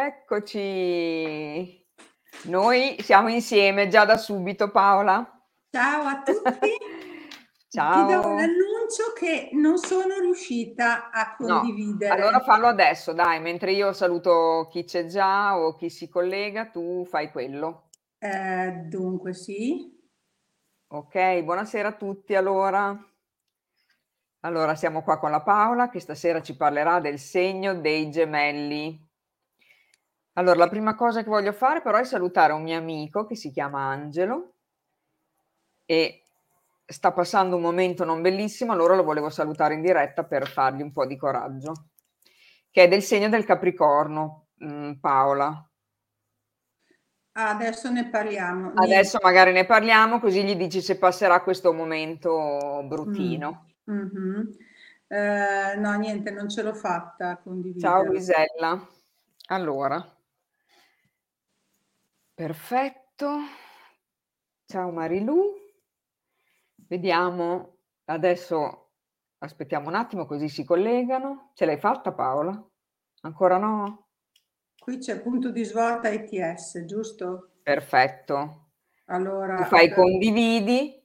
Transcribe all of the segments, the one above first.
Eccoci. Noi siamo insieme già da subito, Paola. Ciao a tutti, ti do Ciao. l'annuncio che non sono riuscita a No, allora condividere. fallo adesso, dai, mentre io saluto chi c'è già o chi si collega, tu fai quello. Dunque sì, Ok, buonasera a tutti allora. Allora, siamo qua con la Paola che stasera ci parlerà del segno dei gemelli. Allora, la prima cosa che voglio fare però è salutare un mio amico che si chiama Angelo e sta passando un momento non bellissimo, allora lo volevo salutare in diretta per fargli un po' di coraggio, che è del segno del Capricorno, Paola. adesso ne parliamo. Niente. Adesso magari ne parliamo, così gli dici se passerà questo momento Mm, bruttino. mhm. No, niente, non ce l'ho fatta a Ciao condividere. Luisella. Allora, perfetto. Ciao Marilu. Vediamo, adesso aspettiamo un attimo così si collegano. Ce l'hai fatta Paola? Ancora no? Qui c'è punto di svolta ETS, giusto? Perfetto. Tu Allora, fai condividi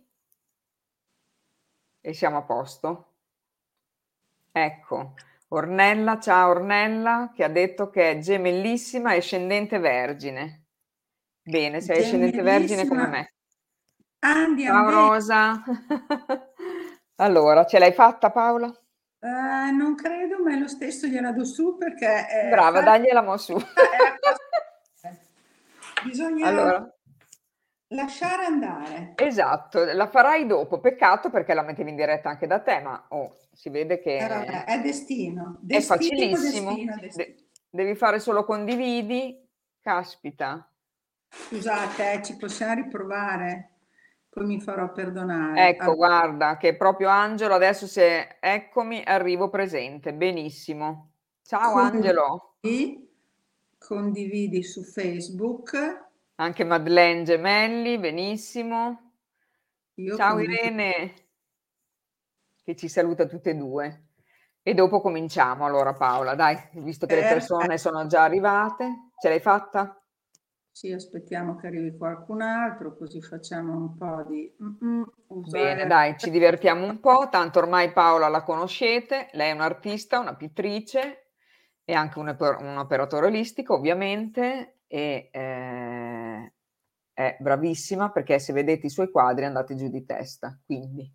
e siamo a posto. Ecco, Ornella, ciao Ornella, che ha detto che è gemellissima e scendente vergine. Bene, sei scendente vergine come gemellissima. me. Andiamo Ciao bene. Rosa. Allora, ce l'hai fatta Paola? Non credo, ma è lo stesso, gliela do su perché Brava, dagliela mo su. è la cosa. Bisogna Allora, lasciare andare. esatto, la farai dopo. Peccato perché la mettevi in diretta anche da te, ma oh, si vede Vabbè, che è destino, è destino, facilissimo. destino, destino. Devi fare solo condividi. Caspita. Scusate, ci possiamo riprovare, poi mi farò perdonare. Ecco, Allora, guarda, che proprio Angelo adesso se eccomi, arrivo presente. Benissimo. Ciao Angelo. condividi, condividi su Facebook, Anche Madeleine Gemelli, benissimo. io Ciao condivido. Irene, che ci saluta tutte e due. E dopo cominciamo allora Paola, dai, visto che le Perfetto. persone sono già arrivate. Ce l'hai fatta? Sì, aspettiamo che arrivi qualcun altro, così facciamo un po' di Bene, usare. dai, ci divertiamo un po', tanto ormai Paola la conoscete, lei è un'artista, una pittrice e anche un operatore olistico, ovviamente, e è bravissima perché se vedete i suoi quadri andate giù di testa, quindi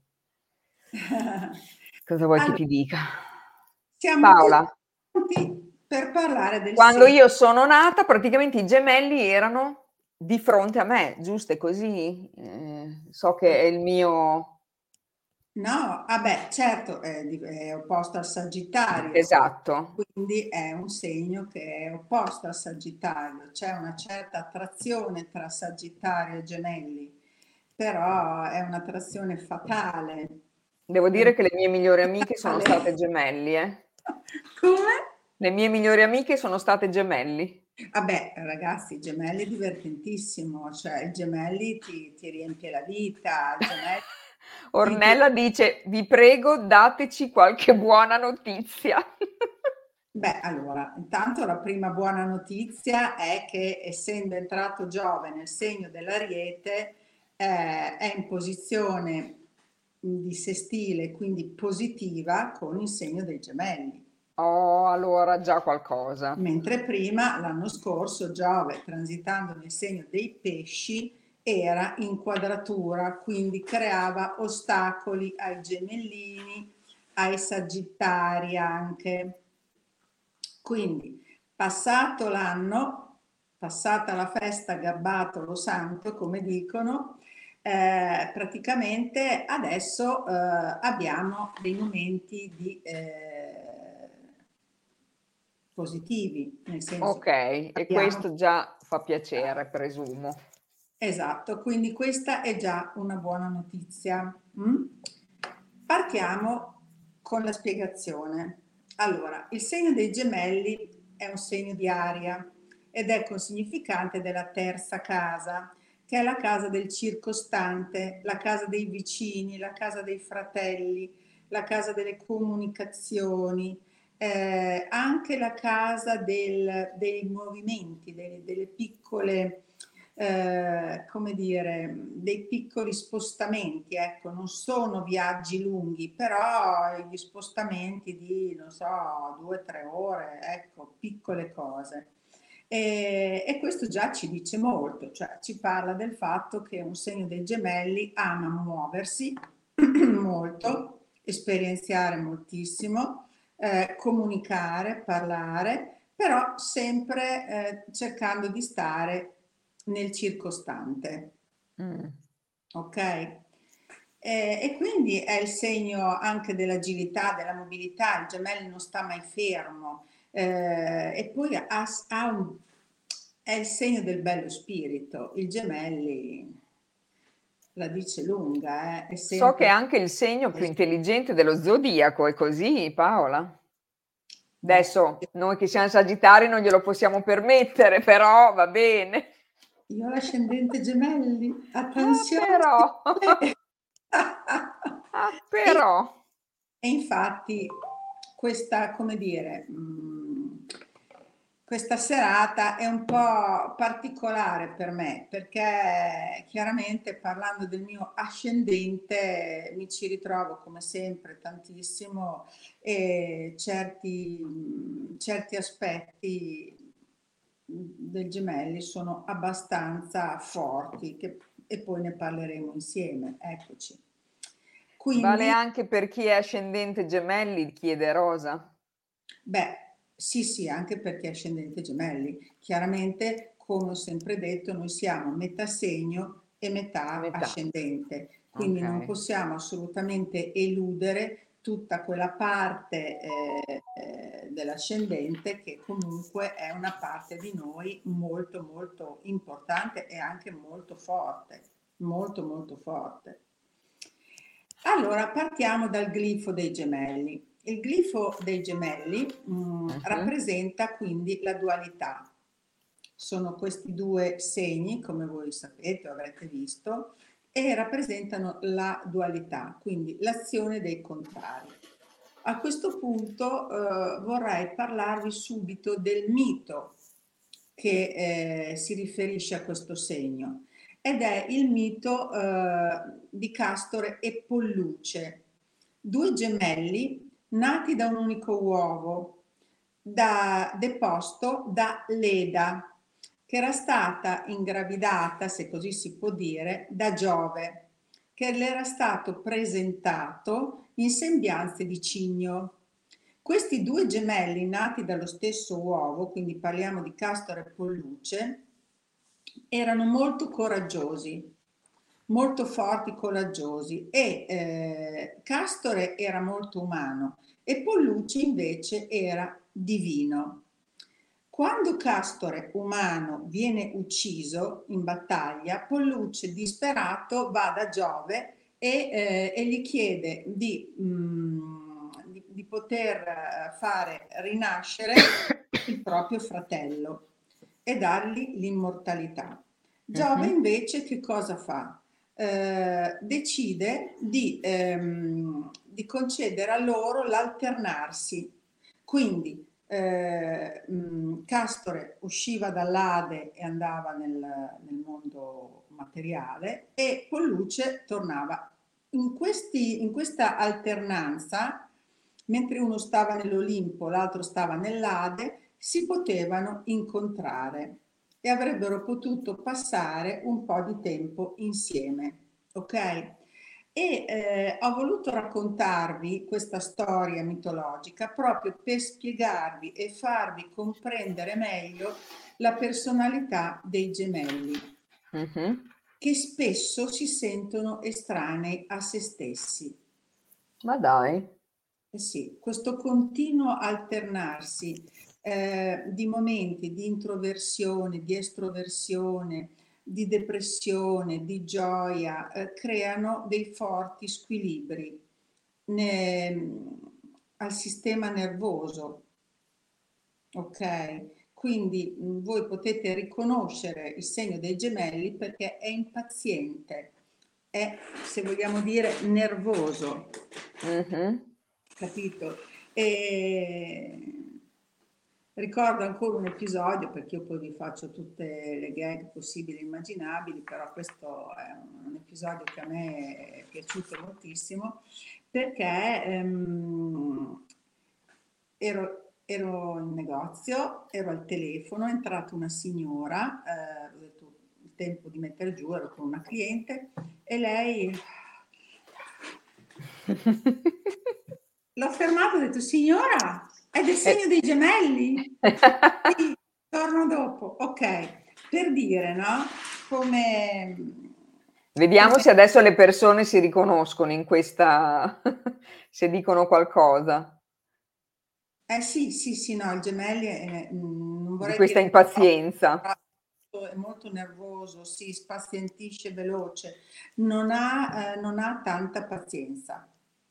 cosa vuoi che Allora, ti dica? siamo tutti Paola, pronti per parlare del quando segno. io sono nata, praticamente i gemelli erano di fronte a me, giusto? È così? So che è il mio... No, vabbè, certo, è opposto al Sagittario, Esatto. quindi è un segno che è opposto al Sagittario. C'è una certa attrazione tra Sagittario e Gemelli, però è un'attrazione fatale. Devo È dire che le mie migliori amiche sono state fatale. gemelli, eh. Come? Le mie migliori amiche sono state gemelli. Vabbè, ragazzi, i gemelli è divertentissimo, cioè i gemelli ti riempie la vita, i gemelli ti. Ornella dice: "Vi prego, dateci qualche buona notizia." Beh, allora, intanto la prima buona notizia è che essendo entrato Giove nel segno dell'Ariete, è in posizione di sestile, quindi positiva con il segno dei gemelli. Oh, allora già qualcosa. Mentre prima, l'anno scorso, Giove, transitando nel segno dei pesci, era in quadratura, quindi creava ostacoli ai gemellini, ai sagittari anche. Quindi, passato l'anno, passata la festa, gabbato lo santo, come dicono, praticamente adesso abbiamo dei momenti positivi, nel senso che Okay, e abbiamo. questo già fa piacere, presumo. Esatto, quindi questa è già una buona notizia. Mm? Partiamo con la spiegazione. Allora, il segno dei gemelli è un segno di aria ed è consignificante della terza casa, che è la casa del circostante, la casa dei vicini, la casa dei fratelli, la casa delle comunicazioni, anche la casa dei movimenti, delle piccole, come dire, dei piccoli spostamenti, ecco, non sono viaggi lunghi, però gli spostamenti di, non so, 2 o 3 ore, ecco, piccole cose. E questo già ci dice molto, cioè ci parla del fatto che un segno dei gemelli ama muoversi molto, esperienziare moltissimo, comunicare, parlare, però sempre cercando di stare nel circostante, Mm. ok? E quindi è il segno anche dell'agilità, della mobilità, il gemello non sta mai fermo, e poi è il segno del bello spirito, il gemelli la dice lunga, è So che è sempre... anche il segno più intelligente dello zodiaco, è così, Paola? Beh, Adesso noi che siamo Sagittari non glielo possiamo permettere, però va bene. io ho l'ascendente gemelli, Ah, attenzione! però. Ah, E, però. e infatti questa, come dire, questa serata è un po' particolare per me perché chiaramente parlando del mio ascendente mi ci ritrovo come sempre tantissimo e certi aspetti del gemelli sono abbastanza forti e poi ne parleremo insieme. Eccoci. Vale Quindi, anche per chi è ascendente gemelli, chiede Rosa. beh, sì, sì, anche perché è ascendente gemelli. Chiaramente, come ho sempre detto, noi siamo metà segno e metà Metà. ascendente, quindi Ok. non possiamo assolutamente eludere tutta quella parte dell'ascendente che comunque è una parte di noi molto molto importante e anche molto forte, molto molto forte. Allora, partiamo dal glifo dei gemelli. Il glifo dei gemelli Mhm. rappresenta quindi la dualità. Sono questi due segni, come voi sapete o avrete visto, e rappresentano la dualità, quindi l'azione dei contrari. A questo punto vorrei parlarvi subito del mito che si riferisce a questo segno ed è il mito di Castore e Polluce, due gemelli nati da un unico uovo, deposto da Leda, che era stata ingravidata, se così si può dire, da Giove, che le era stato presentato in sembianze di cigno. Questi due gemelli nati dallo stesso uovo, quindi parliamo di Castore e Polluce, erano molto coraggiosi, molto forti, coraggiosi e Castore era molto umano e Polluce invece era divino. Quando Castore, umano, viene ucciso in battaglia, Polluce, disperato, va da Giove e gli chiede di poter fare rinascere il proprio fratello e dargli l'immortalità. Giove Mhm. invece che cosa fa? Decide di concedere a loro l'alternarsi. Quindi Castore usciva dall'Ade e andava nel mondo materiale e Polluce tornava. In questa alternanza, mentre uno stava nell'Olimpo, l'altro stava nell'Ade, si potevano incontrare e avrebbero potuto passare un po' di tempo insieme, ok? E ho voluto raccontarvi questa storia mitologica proprio per spiegarvi e farvi comprendere meglio la personalità dei gemelli, Mhm. che spesso si sentono estranei a se stessi. Ma dai. Eh sì, questo continuo alternarsi di momenti di introversione, di estroversione, di depressione, di gioia, creano dei forti squilibri ne- al sistema nervoso, ok? Quindi voi potete riconoscere il segno dei gemelli perché è impaziente, è, se vogliamo dire, nervoso, Mhm. capito? E ricordo ancora un episodio, perché io poi vi faccio tutte le gag possibili e immaginabili, però questo è un episodio che a me è piaciuto moltissimo, perché ero in negozio, ero al telefono, è entrata una signora, ho detto il tempo di mettere giù, ero con una cliente e lei l'ho fermata e ho detto signora, è del segno dei gemelli? Sì, torno dopo, ok, per dire, no? Come, Vediamo come se adesso le persone si riconoscono in questa, se dicono qualcosa eh sì, sì, sì, no, il gemelli non di vorrei questa dire impazienza. è molto nervoso, si spazientisce veloce, non ha tanta pazienza.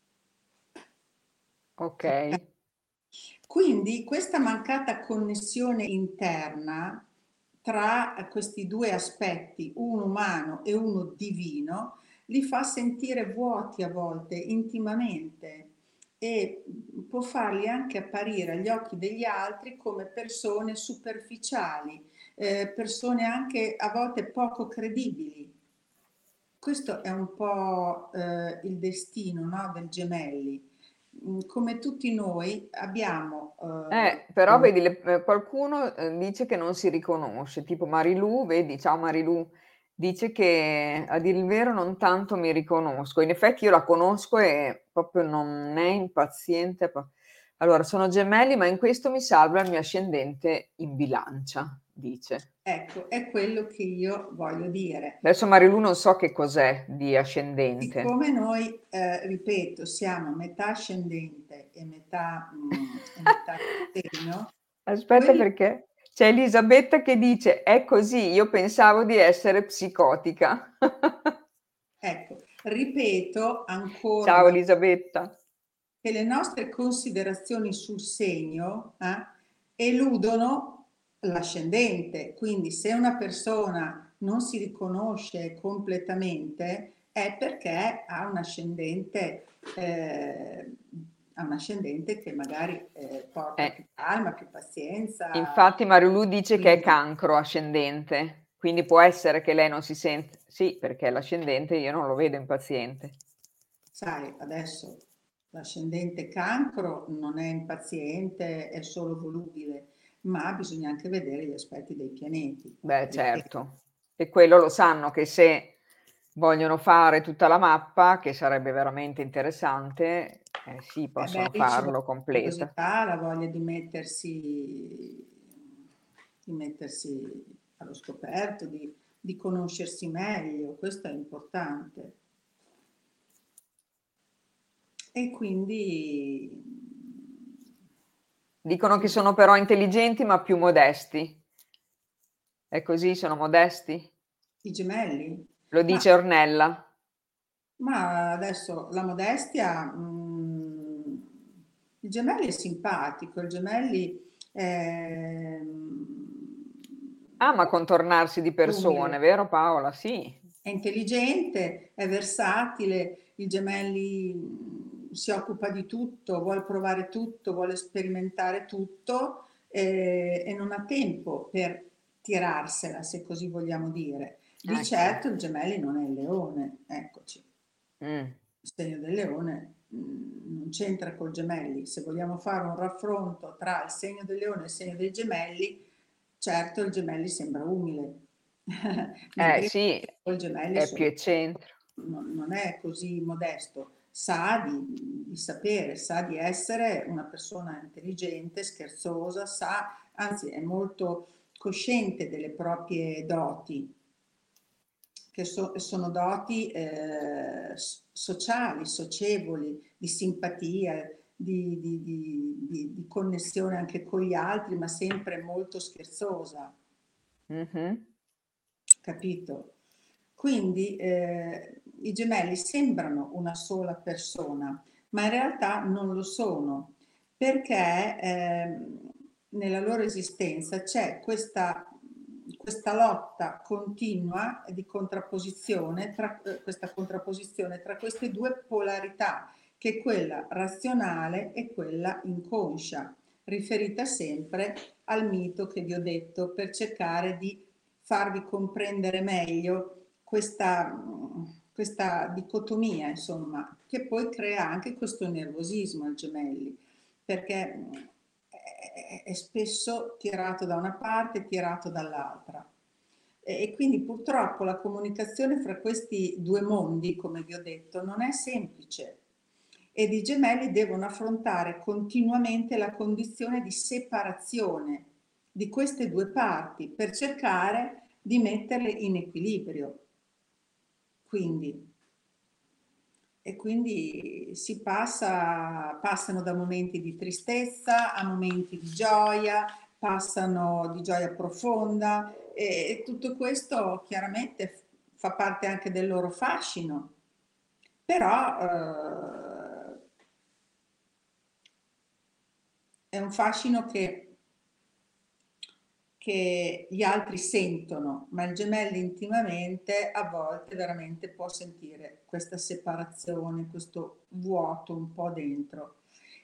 Ok. Quindi questa mancata connessione interna tra questi due aspetti, uno umano e uno divino, li fa sentire vuoti a volte intimamente e può farli anche apparire agli occhi degli altri come persone superficiali, persone anche a volte poco credibili. Questo è un po' il destino, no, del gemelli. Come tutti noi abbiamo Però vedi, qualcuno dice che non si riconosce, tipo Marilu, vedi, ciao Marilu, dice che a dire il vero non tanto mi riconosco. In effetti io la conosco e proprio non è impaziente. Allora, sono gemelli, ma in questo mi salva il mio ascendente in bilancia, dice. ecco, è quello che io voglio dire. Adesso Marilu non so che cos'è di ascendente. Siccome noi, ripeto, siamo metà ascendente e metà segno, Aspetta quello, perché c'è Elisabetta che dice è così, io pensavo di essere psicotica. ecco, ripeto ancora Ciao una Elisabetta. che le nostre considerazioni sul segno eludono l'ascendente, quindi se una persona non si riconosce completamente è perché ha un ascendente che magari porta Eh, più calma, più pazienza. infatti Marilu dice che è Quindi, cancro ascendente, quindi può essere che lei non si sente. Sì, perché l'ascendente io non lo vedo impaziente. sai, adesso l'ascendente cancro non è impaziente, è solo volubile, ma bisogna anche vedere gli aspetti dei pianeti. Beh, Ripeto, certo. E quello lo sanno che se vogliono fare tutta la mappa, che sarebbe veramente interessante, sì, possono lì ci vuole farlo la completa. curiosità, la voglia di mettersi allo scoperto, di conoscersi meglio, questo è importante. E quindi Dicono che i, sono però intelligenti ma più modesti. È così, sono modesti? i gemelli, Lo ma dice Ornella. Ma adesso la modestia, il Gemelli è simpatico, il Gemelli è, Ah, ma contornarsi di umile, persone, vero Paola? Sì. è intelligente, è versatile, il Gemelli si occupa di tutto, vuole provare tutto, vuole sperimentare tutto e non ha tempo per tirarsela, se così vogliamo dire. Di Ecco. certo il Gemelli non è il leone, eccoci. Mm. Il segno del leone non c'entra col gemelli. Se vogliamo fare un raffronto tra il segno del leone e il segno dei gemelli, certo il gemelli sembra umile, mentre Sì, il gemelli è più eccentrico. non è così modesto. Sa di sapere, sa di essere una persona intelligente, scherzosa, anzi è molto cosciente delle proprie doti, che sono doti sociali, socievoli, di simpatia, di connessione anche con gli altri, ma sempre molto scherzosa, Mhm. capito? Quindi i gemelli sembrano una sola persona, ma in realtà non lo sono, perché nella loro esistenza c'è questa lotta continua di contrapposizione questa contrapposizione tra queste due polarità che è quella razionale e quella inconscia, riferita sempre al mito che vi ho detto per cercare di farvi comprendere meglio questa dicotomia, insomma, che poi crea anche questo nervosismo al gemelli, perché è spesso tirato da una parte, tirato dall'altra. E quindi purtroppo la comunicazione fra questi due mondi, come vi ho detto, non è semplice ed i gemelli devono affrontare continuamente la condizione di separazione di queste due parti per cercare di metterle in equilibrio. Quindi, e quindi passano da momenti di tristezza a momenti di gioia, passano di gioia profonda e tutto questo chiaramente fa parte anche del loro fascino, però è un fascino che gli altri sentono, ma il gemello intimamente a volte veramente può sentire questa separazione, questo vuoto un po' dentro.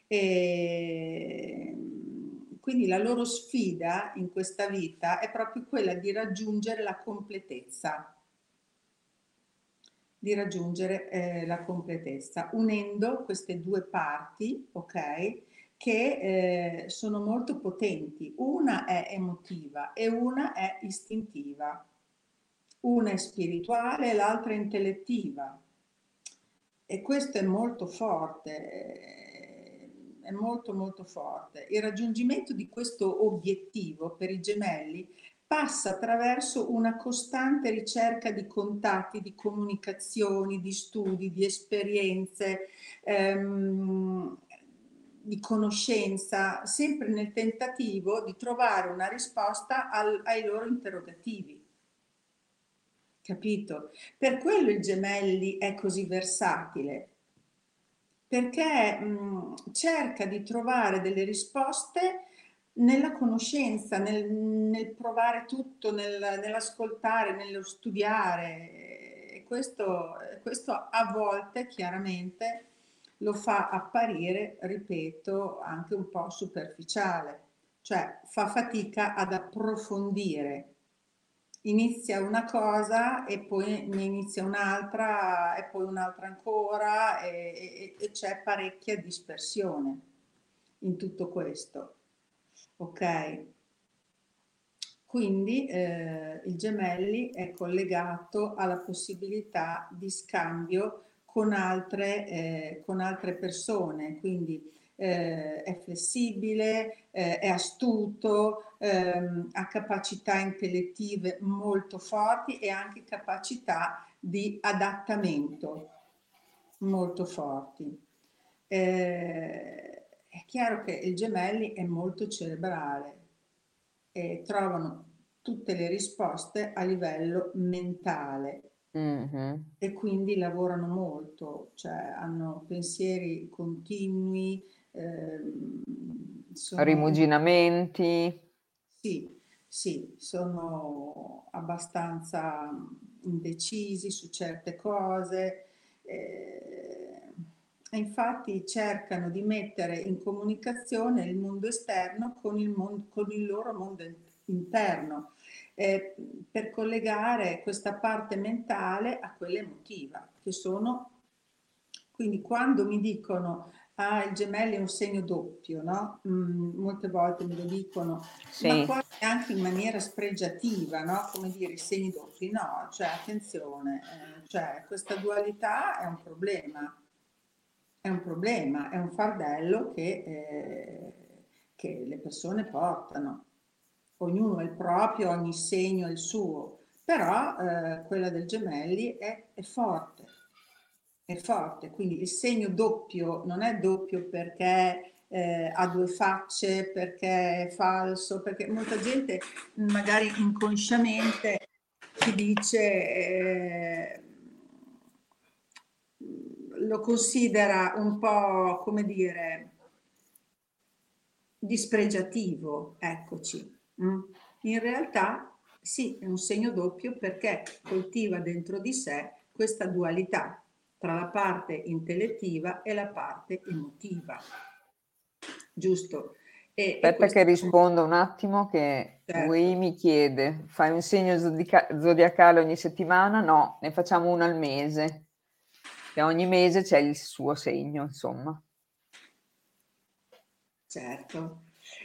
E quindi la loro sfida in questa vita è proprio quella di raggiungere la completezza, unendo queste due parti, ok? Che sono molto potenti. Una è emotiva e una è istintiva. Una è spirituale e l'altra è intellettiva. E questo è molto forte, è molto molto forte. Il raggiungimento di questo obiettivo per i gemelli passa attraverso una costante ricerca di contatti, di comunicazioni, di studi, di esperienze, di conoscenza, sempre nel tentativo di trovare una risposta ai loro interrogativi. Capito? Per quello il gemelli è così versatile, perché cerca di trovare delle risposte nella conoscenza, nel provare tutto, nell'ascoltare, nello studiare. E questo a volte chiaramente lo fa apparire, ripeto, anche un po' superficiale, cioè fa fatica ad approfondire. Inizia una cosa e poi ne inizia un'altra e poi un'altra ancora e c'è parecchia dispersione in tutto questo. Ok? Quindi il gemelli è collegato alla possibilità di scambio con altre persone, quindi è flessibile, è astuto, ha capacità intellettive molto forti e anche capacità di adattamento molto forti. È chiaro che il gemelli è molto cerebrale e trovano tutte le risposte a livello mentale Mhm. e quindi lavorano molto, cioè hanno pensieri continui, sono Rimuginamenti. sì, sì, sono abbastanza indecisi su certe cose e infatti cercano di mettere in comunicazione il mondo esterno con il loro mondo interno eh, per collegare questa parte mentale a quella emotiva, che sono quindi quando mi dicono ah, il gemello è un segno doppio, no? Molte volte me lo dicono, ma Sì. quasi anche in maniera spregiativa, no? Come dire, i segni doppi, no, cioè attenzione, cioè questa dualità è un problema, è un fardello che le persone portano. Ognuno è il proprio, ogni segno è il suo, però quella del gemelli è forte, quindi il segno doppio non è doppio perché ha due facce, perché è falso, perché molta gente magari inconsciamente si dice, lo considera un po', come dire, dispregiativo, eccoci. In realtà sì, è un segno doppio perché coltiva dentro di sé questa dualità tra la parte intellettiva e la parte emotiva, giusto? E Aspetta che questo, rispondo un attimo che certo, Wii mi chiede, fai un segno zodiacale ogni settimana? No, ne facciamo uno al mese, che ogni mese c'è il suo segno, insomma. certo.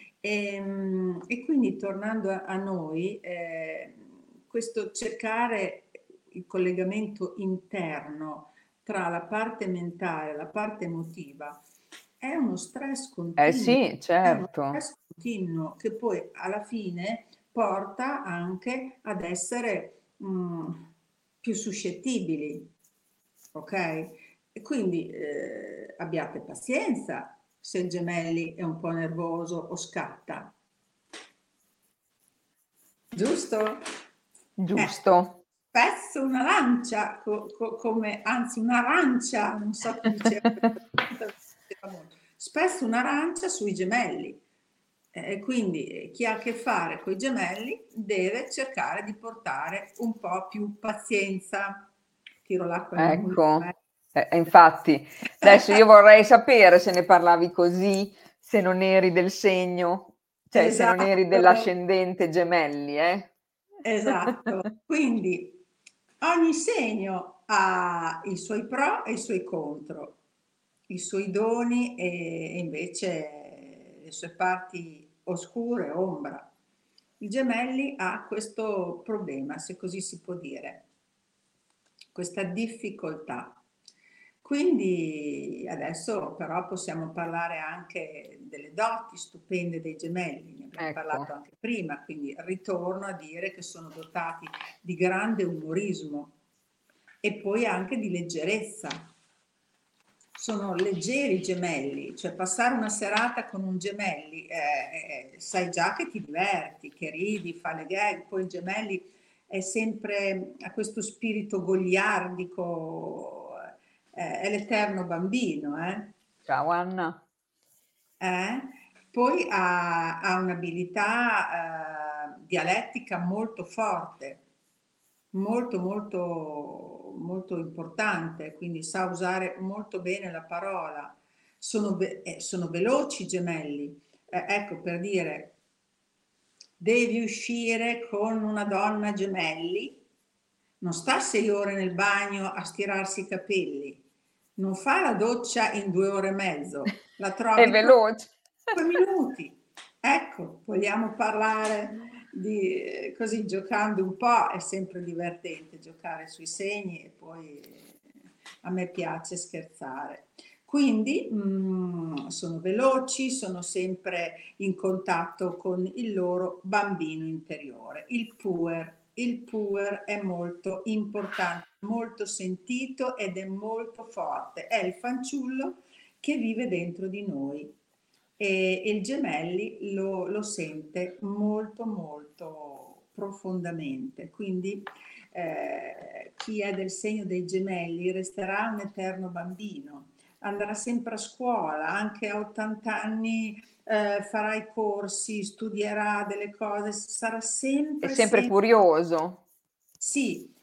E quindi tornando a noi, questo cercare il collegamento interno tra la parte mentale e la parte emotiva è uno stress Eh continuo, sì, è uno certo, stress continuo che poi alla fine porta anche ad essere più suscettibili, ok? E quindi abbiate pazienza se il gemelli è un po' nervoso o scatta, giusto? Ecco, giusto. spesso una lancia, come, anzi un'arancia, non so chi diceva questa battuta, mi piaceva molto. Spesso un'arancia sui gemelli. Quindi chi ha a che fare con i gemelli deve cercare di portare un po' più pazienza. Tiro l'acqua al mulino. Ecco, infatti, adesso io vorrei sapere se ne parlavi così, se non eri del segno, cioè se non eri Esatto, dell'ascendente gemelli, eh? esatto. Quindi ogni segno ha i suoi pro e i suoi contro, i suoi doni e invece le sue parti oscure, ombra. Il gemelli ha questo problema, se così si può dire, questa difficoltà. Quindi adesso però possiamo parlare anche delle doti stupende dei gemelli, ne abbiamo parlato Ecco, anche prima, quindi ritorno a dire che sono dotati di grande umorismo e poi anche di leggerezza. Sono leggeri i gemelli, cioè passare una serata con un gemelli, sai già che ti diverti, che ridi, fa le gag, poi il gemelli è sempre, ha questo spirito goliardico, è l'eterno bambino, eh? ciao Anna. Eh? Poi ha un'abilità dialettica molto forte, molto molto molto importante, quindi sa usare molto bene la parola. Sono veloci i gemelli. Ecco, per dire, devi uscire con una donna gemelli, non sta 6 ore nel bagno a stirarsi i capelli, non fa la doccia in 2 ore e mezzo, la È trovi pronta veloce. in 5 minuti. Ecco, vogliamo parlare di così giocando un po', è sempre divertente giocare sui segni e poi a me piace scherzare. Quindi sono veloci, sono sempre in contatto con il loro bambino interiore, il puer. Il puer è molto importante, molto sentito ed è molto forte. È il fanciullo che vive dentro di noi e il gemelli lo sente molto molto profondamente. Quindi chi è del segno dei gemelli resterà un eterno bambino, andrà sempre a scuola, anche a 80 anni farà i corsi, studierà delle cose, sarà È sempre, sempre sempre, curioso. sì,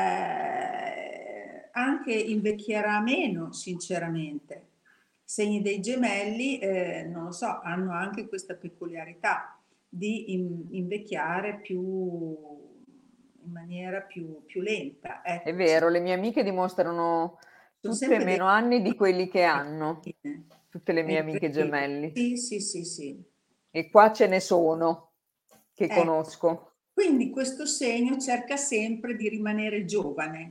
anche invecchierà meno, sinceramente. Segni dei gemelli, non lo so, hanno anche questa peculiarità di invecchiare in maniera più lenta. È Ecco, vero, le mie amiche dimostrano sono tutte sempre dei meno anni di quelli che hanno, bambine. tutte le È mie amiche incredibile. gemelli. Sì, sì, sì, sì. E qua ce ne sono che Ecco, conosco. quindi questo segno cerca sempre di rimanere giovane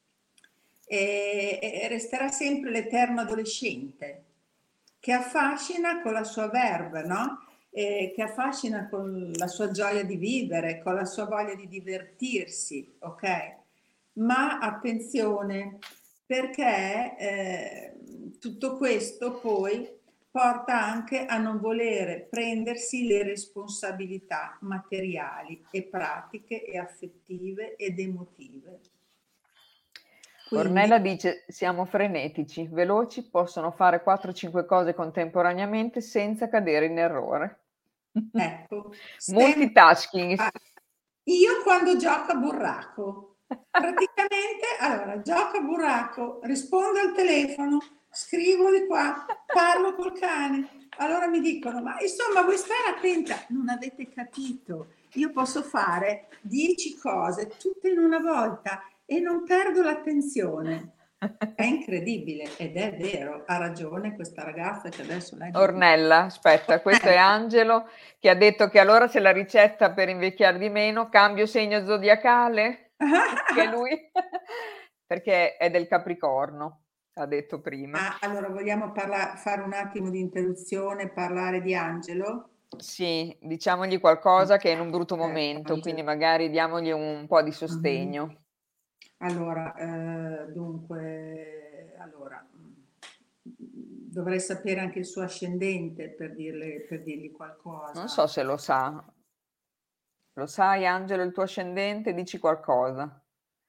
e resterà sempre l'eterno adolescente che affascina con la sua verve, no? Che affascina con la sua gioia di vivere, con la sua voglia di divertirsi, ok? Ma attenzione, perché tutto questo poi porta anche a non volere prendersi le responsabilità materiali e pratiche e affettive ed emotive. Quindi, Ornella dice: siamo frenetici, veloci, possono fare 4-5 cose contemporaneamente senza cadere in errore. ecco, sempre Multitasking. io quando gioco a burraco. Praticamente, allora, gioco a burraco, rispondo al telefono, scrivo di qua, parlo col cane. Allora mi dicono, ma insomma, vuoi stare attenta? Non avete capito. Io posso fare 10 cose tutte in una volta e non perdo l'attenzione. È incredibile ed è vero, ha ragione questa ragazza che adesso leggo il Ornella, aspetta, questo è Angelo che ha detto che allora se la ricetta per invecchiare di meno, cambio segno zodiacale, che è lui, perché è del Capricorno, ha detto prima. Ah, allora vogliamo fare un attimo di interruzione, parlare di Angelo? Sì, diciamogli qualcosa che è in un brutto momento, quindi Angelo. magari diamogli un po' di Mhm. sostegno. Allora, dunque, allora, dovrei sapere anche il suo ascendente per dirgli Non qualcosa. so se lo sa. Lo sai, Angelo, il tuo ascendente? Dici qualcosa.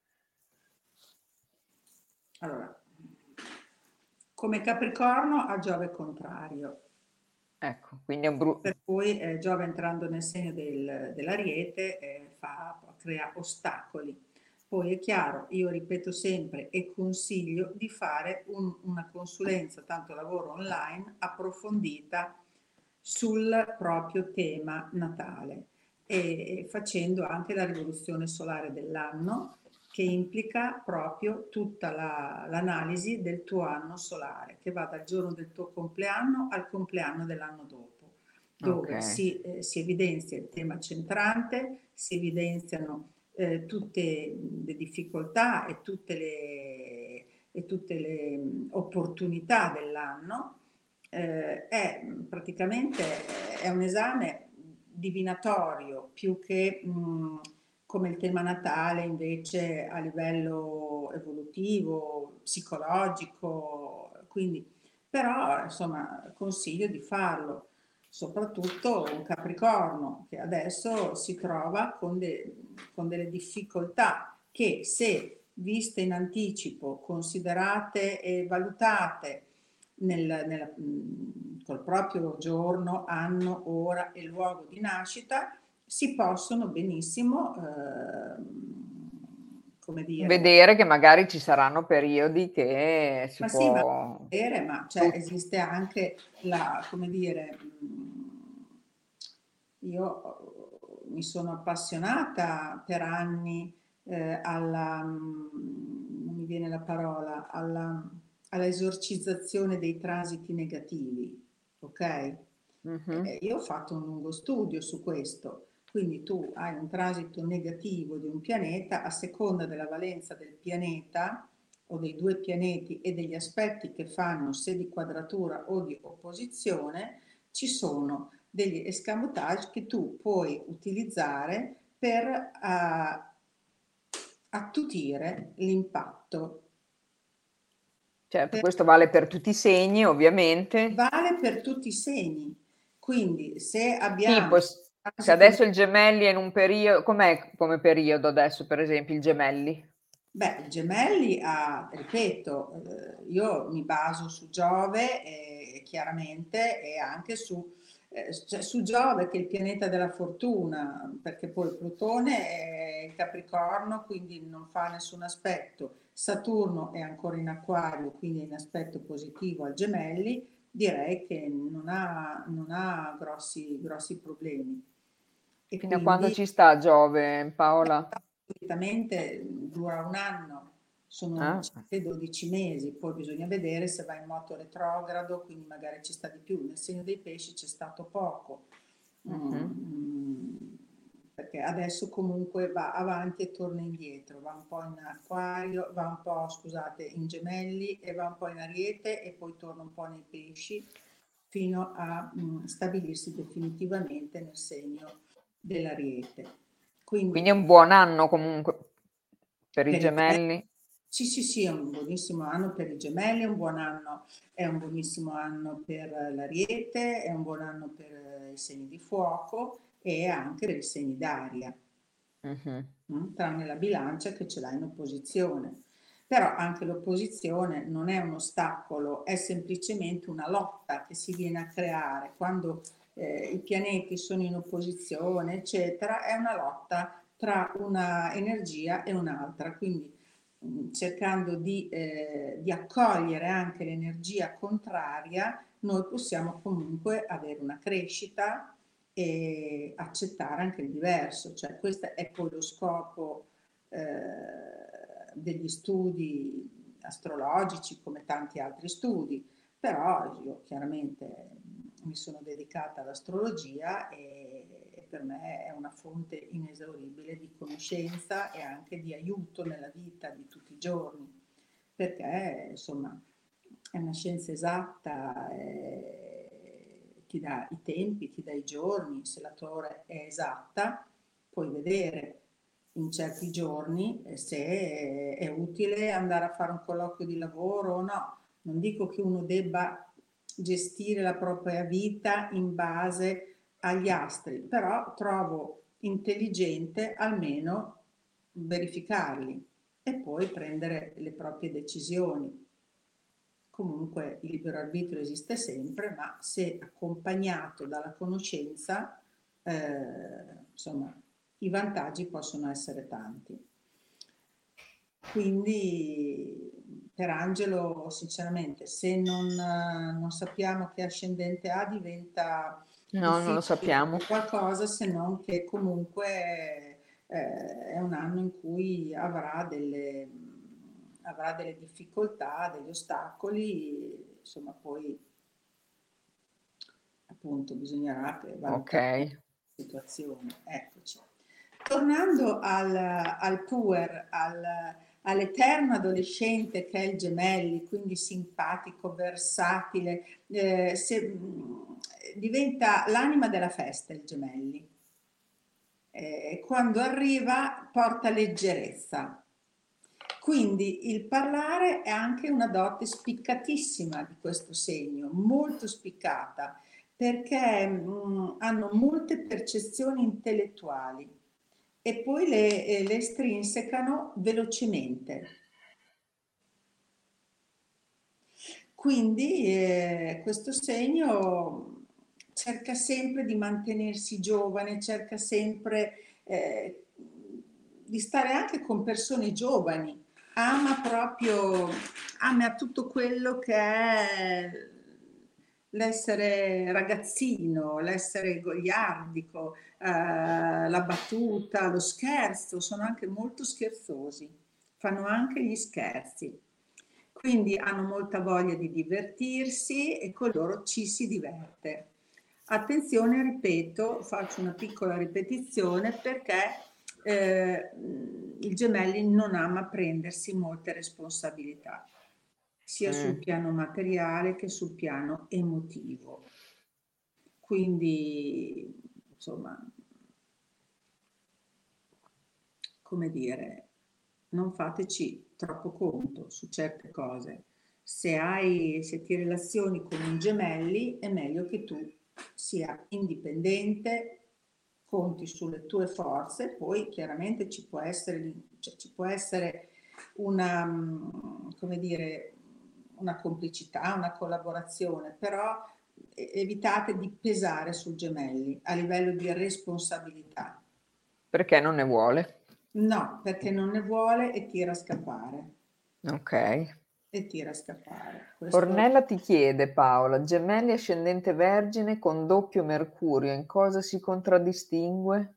Allora, come Capricorno ha Giove contrario, Ecco, quindi è un brutto... per cui Giove entrando nel segno dell'Ariete crea ostacoli. Poi è chiaro, io ripeto sempre e consiglio di fare una consulenza, tanto lavoro online, approfondita sul proprio tema natale e facendo anche la rivoluzione solare dell'anno che implica proprio tutta l'analisi del tuo anno solare, che va dal giorno del tuo compleanno al compleanno dell'anno dopo, Ok. dove si evidenzia il tema centrante, si evidenziano tutte le difficoltà e tutte le opportunità dell'anno. È praticamente è un esame divinatorio più che come il tema natale invece a livello evolutivo, psicologico, quindi però insomma consiglio di farlo, soprattutto un Capricorno che adesso si trova con delle difficoltà che se viste in anticipo, considerate e valutate col proprio giorno, anno, ora e luogo di nascita, si possono benissimo, come dire, Vedere che magari ci saranno periodi che si ma sì, ma può... vedere, ma cioè, Tutti. esiste anche la, come dire, io mi sono appassionata per anni non mi viene la parola, alla esorcizzazione dei transiti negativi, ok? Mhm. Io ho fatto un lungo studio su questo, quindi tu hai un transito negativo di un pianeta a seconda della valenza del pianeta o dei due pianeti e degli aspetti che fanno se di quadratura o di opposizione, ci sono degli escamotage che tu puoi utilizzare per attutire l'impatto. Certo, Per- questo vale per tutti i segni, ovviamente. Vale per tutti i segni. Quindi se abbiamo Tipo, se transito. adesso il gemelli è in un periodo... Com'è come periodo adesso, per esempio, il gemelli? Beh, Gemelli ha, ripeto, io mi baso su Giove chiaramente e anche cioè su Giove che è il pianeta della fortuna, perché poi Plutone è il Capricorno, quindi non fa nessun aspetto. Saturno è ancora in Acquario, quindi è in aspetto positivo al Gemelli, direi che non ha grossi problemi. E Fino a quando quindi ci sta Giove, Paola? solitamente dura un anno, sono Ah, 12 mesi, poi bisogna vedere se va in moto retrogrado, quindi magari ci sta di più. Nel segno dei pesci c'è stato poco, mhm. mm, perché adesso comunque va avanti e torna indietro, va un po' in acquario, va un po', scusate, in gemelli e va un po' in ariete e poi torna un po' nei pesci fino a stabilirsi definitivamente nel segno dell'ariete. Quindi è Quindi un buon anno comunque per i per i gemelli, gemelli. sì, sì, sì, è un buonissimo anno per i gemelli, è un buonissimo anno per l'ariete, è un buon anno per i segni di fuoco e anche per i segni d'aria, Mhm. tranne la bilancia che ce l'ha in opposizione. Però anche l'opposizione non è un ostacolo, è semplicemente una lotta che si viene a creare quando i pianeti sono in opposizione, eccetera, è una lotta tra una energia e un'altra, quindi cercando di accogliere anche l'energia contraria, noi possiamo comunque avere una crescita e accettare anche il diverso, cioè questo è poi lo scopo degli studi astrologici come tanti altri studi, però io chiaramente mi sono dedicata all'astrologia e per me è una fonte inesauribile di conoscenza e anche di aiuto nella vita di tutti i giorni, perché insomma è una scienza esatta, ti dà i tempi, ti dà i giorni, se la tua ora è esatta puoi vedere in certi giorni se è utile andare a fare un colloquio di lavoro o no. Non dico che uno debba gestire la propria vita in base agli astri, però trovo intelligente almeno verificarli e poi prendere le proprie decisioni. Comunque il libero arbitrio esiste sempre, ma se accompagnato dalla conoscenza, insomma, i vantaggi possono essere tanti. Quindi per Angelo, sinceramente, se non sappiamo che ascendente ha, diventa No, non lo difficile sappiamo. dire qualcosa, se non che comunque è un anno in cui avrà delle difficoltà, degli ostacoli, insomma, poi appunto bisognerà che Ok. valutare la situazione. Eccoci. Tornando al puer, all'eterno adolescente che è il Gemelli, quindi simpatico, versatile, diventa l'anima della festa il Gemelli. Quando arriva porta leggerezza. Quindi il parlare è anche una dote spiccatissima di questo segno, molto spiccata, perché hanno molte percezioni intellettuali e poi le estrinsecano velocemente. Quindi questo segno cerca sempre di mantenersi giovane, cerca sempre di stare anche con persone giovani, ama tutto quello che è l'essere ragazzino, l'essere goliardico, la battuta, lo scherzo, sono anche molto scherzosi, fanno anche gli scherzi. Quindi hanno molta voglia di divertirsi e con loro ci si diverte. Attenzione, ripeto, faccio una piccola ripetizione perché il Gemelli non ama prendersi molte responsabilità, sia sul piano materiale che sul piano emotivo. Quindi, insomma, come dire, non fateci troppo conto su certe cose. Se ti relazioni con un Gemelli, è meglio che tu sia indipendente, conti sulle tue forze, poi chiaramente ci può essere una, come dire, una complicità, una collaborazione, però evitate di pesare sul Gemelli a livello di responsabilità. Perché non ne vuole. No, perché non ne vuole e tira a scappare. Ok. E tira a scappare. Questo Ornella ti chiede, Paola, Gemelli ascendente Vergine con doppio Mercurio, in cosa si contraddistingue?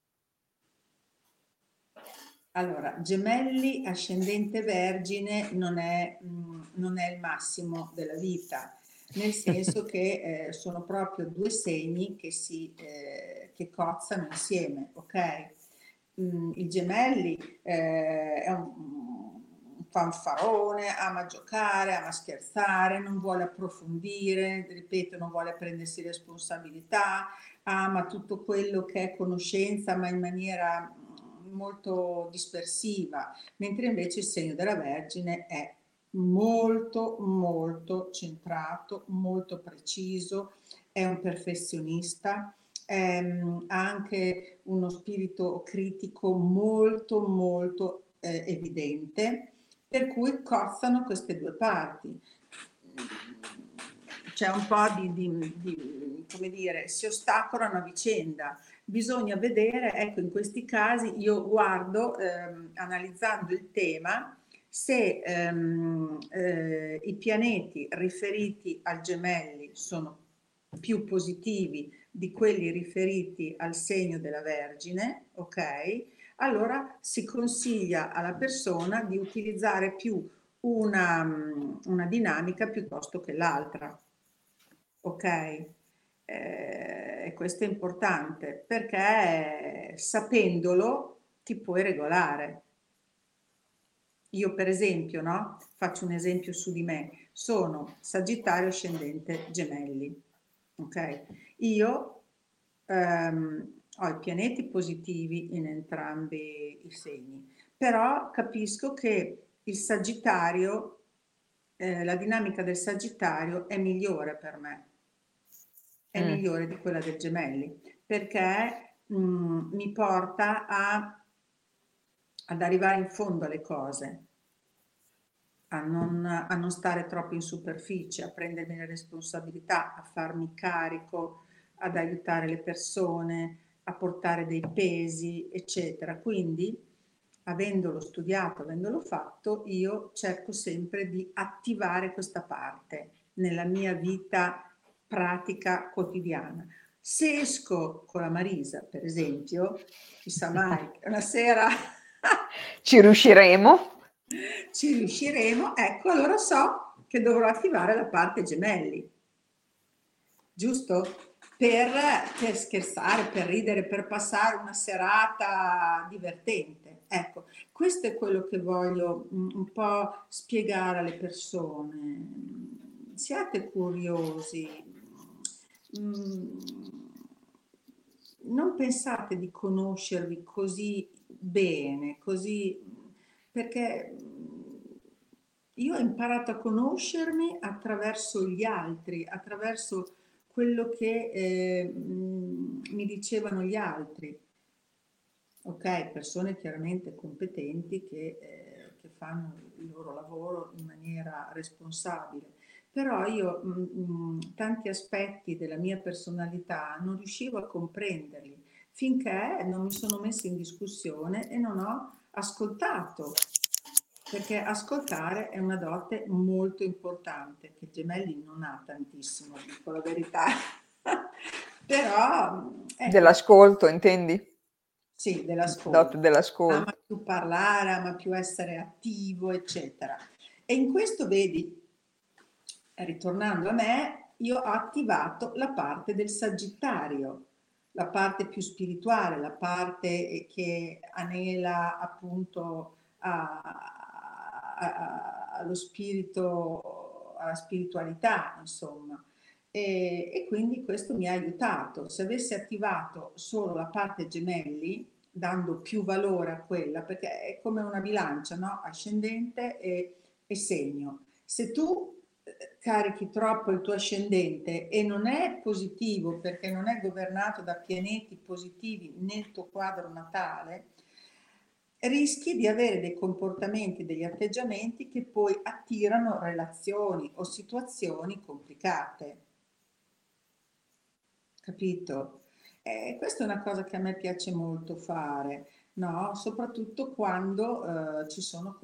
Allora, Gemelli ascendente Vergine non è il massimo della vita, nel senso che sono proprio due segni che cozzano insieme, ok? Il Gemelli è un fanfarone, ama giocare, ama scherzare, non vuole approfondire, ripeto, non vuole prendersi responsabilità, ama tutto quello che è conoscenza, ma in maniera molto dispersiva, mentre invece il segno della Vergine è molto molto centrato, molto preciso, è un perfezionista, ha anche uno spirito critico molto molto evidente, per cui cozzano queste due parti. C'è un po' come dire, si ostacolano a vicenda, bisogna vedere, ecco, in questi casi io guardo, analizzando il tema, se i pianeti riferiti al gemelli sono più positivi di quelli riferiti al segno della Vergine, ok? Allora si consiglia alla persona di utilizzare più una dinamica piuttosto che l'altra, ok? E questo è importante perché sapendolo ti puoi regolare. Io per esempio, no? Faccio un esempio su di me, sono Sagittario ascendente Gemelli, ok? Io ho i pianeti positivi in entrambi i segni, però capisco che il Sagittario, la dinamica del Sagittario è migliore per me, è Mm. migliore di quella del Gemelli, perché mi porta ad arrivare in fondo alle cose, a non stare troppo in superficie, a prendermi le responsabilità, a farmi carico, ad aiutare le persone, a portare dei pesi, eccetera. Quindi, avendolo studiato, avendolo fatto, io cerco sempre di attivare questa parte nella mia vita pratica quotidiana. Se esco con la Marisa, per esempio, chissà mai, una sera Ci riusciremo? ci riusciremo, ecco, allora so che dovrò attivare la parte gemelli, giusto? Per scherzare, per ridere, per passare una serata divertente. Ecco, questo è quello che voglio un po' spiegare alle persone. Siate curiosi, mm, non pensate di conoscervi così bene, così perché io ho imparato a conoscermi attraverso gli altri, attraverso quello che mi dicevano gli altri. Ok, persone chiaramente competenti che fanno il loro lavoro in maniera responsabile, però io tanti aspetti della mia personalità non riuscivo a comprenderli finché non mi sono messa in discussione e non ho ascoltato, perché ascoltare è una dote molto importante che Gemelli non ha tantissimo, dico la verità. Però, ecco, Dell'ascolto, intendi? sì, Dote dell'ascolto. Ama dell'ascolto. più parlare, ama più essere attivo, eccetera. E in questo, vedi, ritornando a me, io ho attivato la parte del Sagittario, la parte più spirituale, la parte che anela appunto allo spirito, alla spiritualità, insomma. E quindi questo mi ha aiutato. Se avessi attivato solo la parte gemelli, dando più valore a quella, perché è come una bilancia, no? Ascendente e segno. Se tu carichi troppo il tuo ascendente e non è positivo perché non è governato da pianeti positivi nel tuo quadro natale, rischi di avere dei comportamenti, degli atteggiamenti che poi attirano relazioni o situazioni complicate. Capito? Questa è una cosa che a me piace molto fare, no? Soprattutto quando ci sono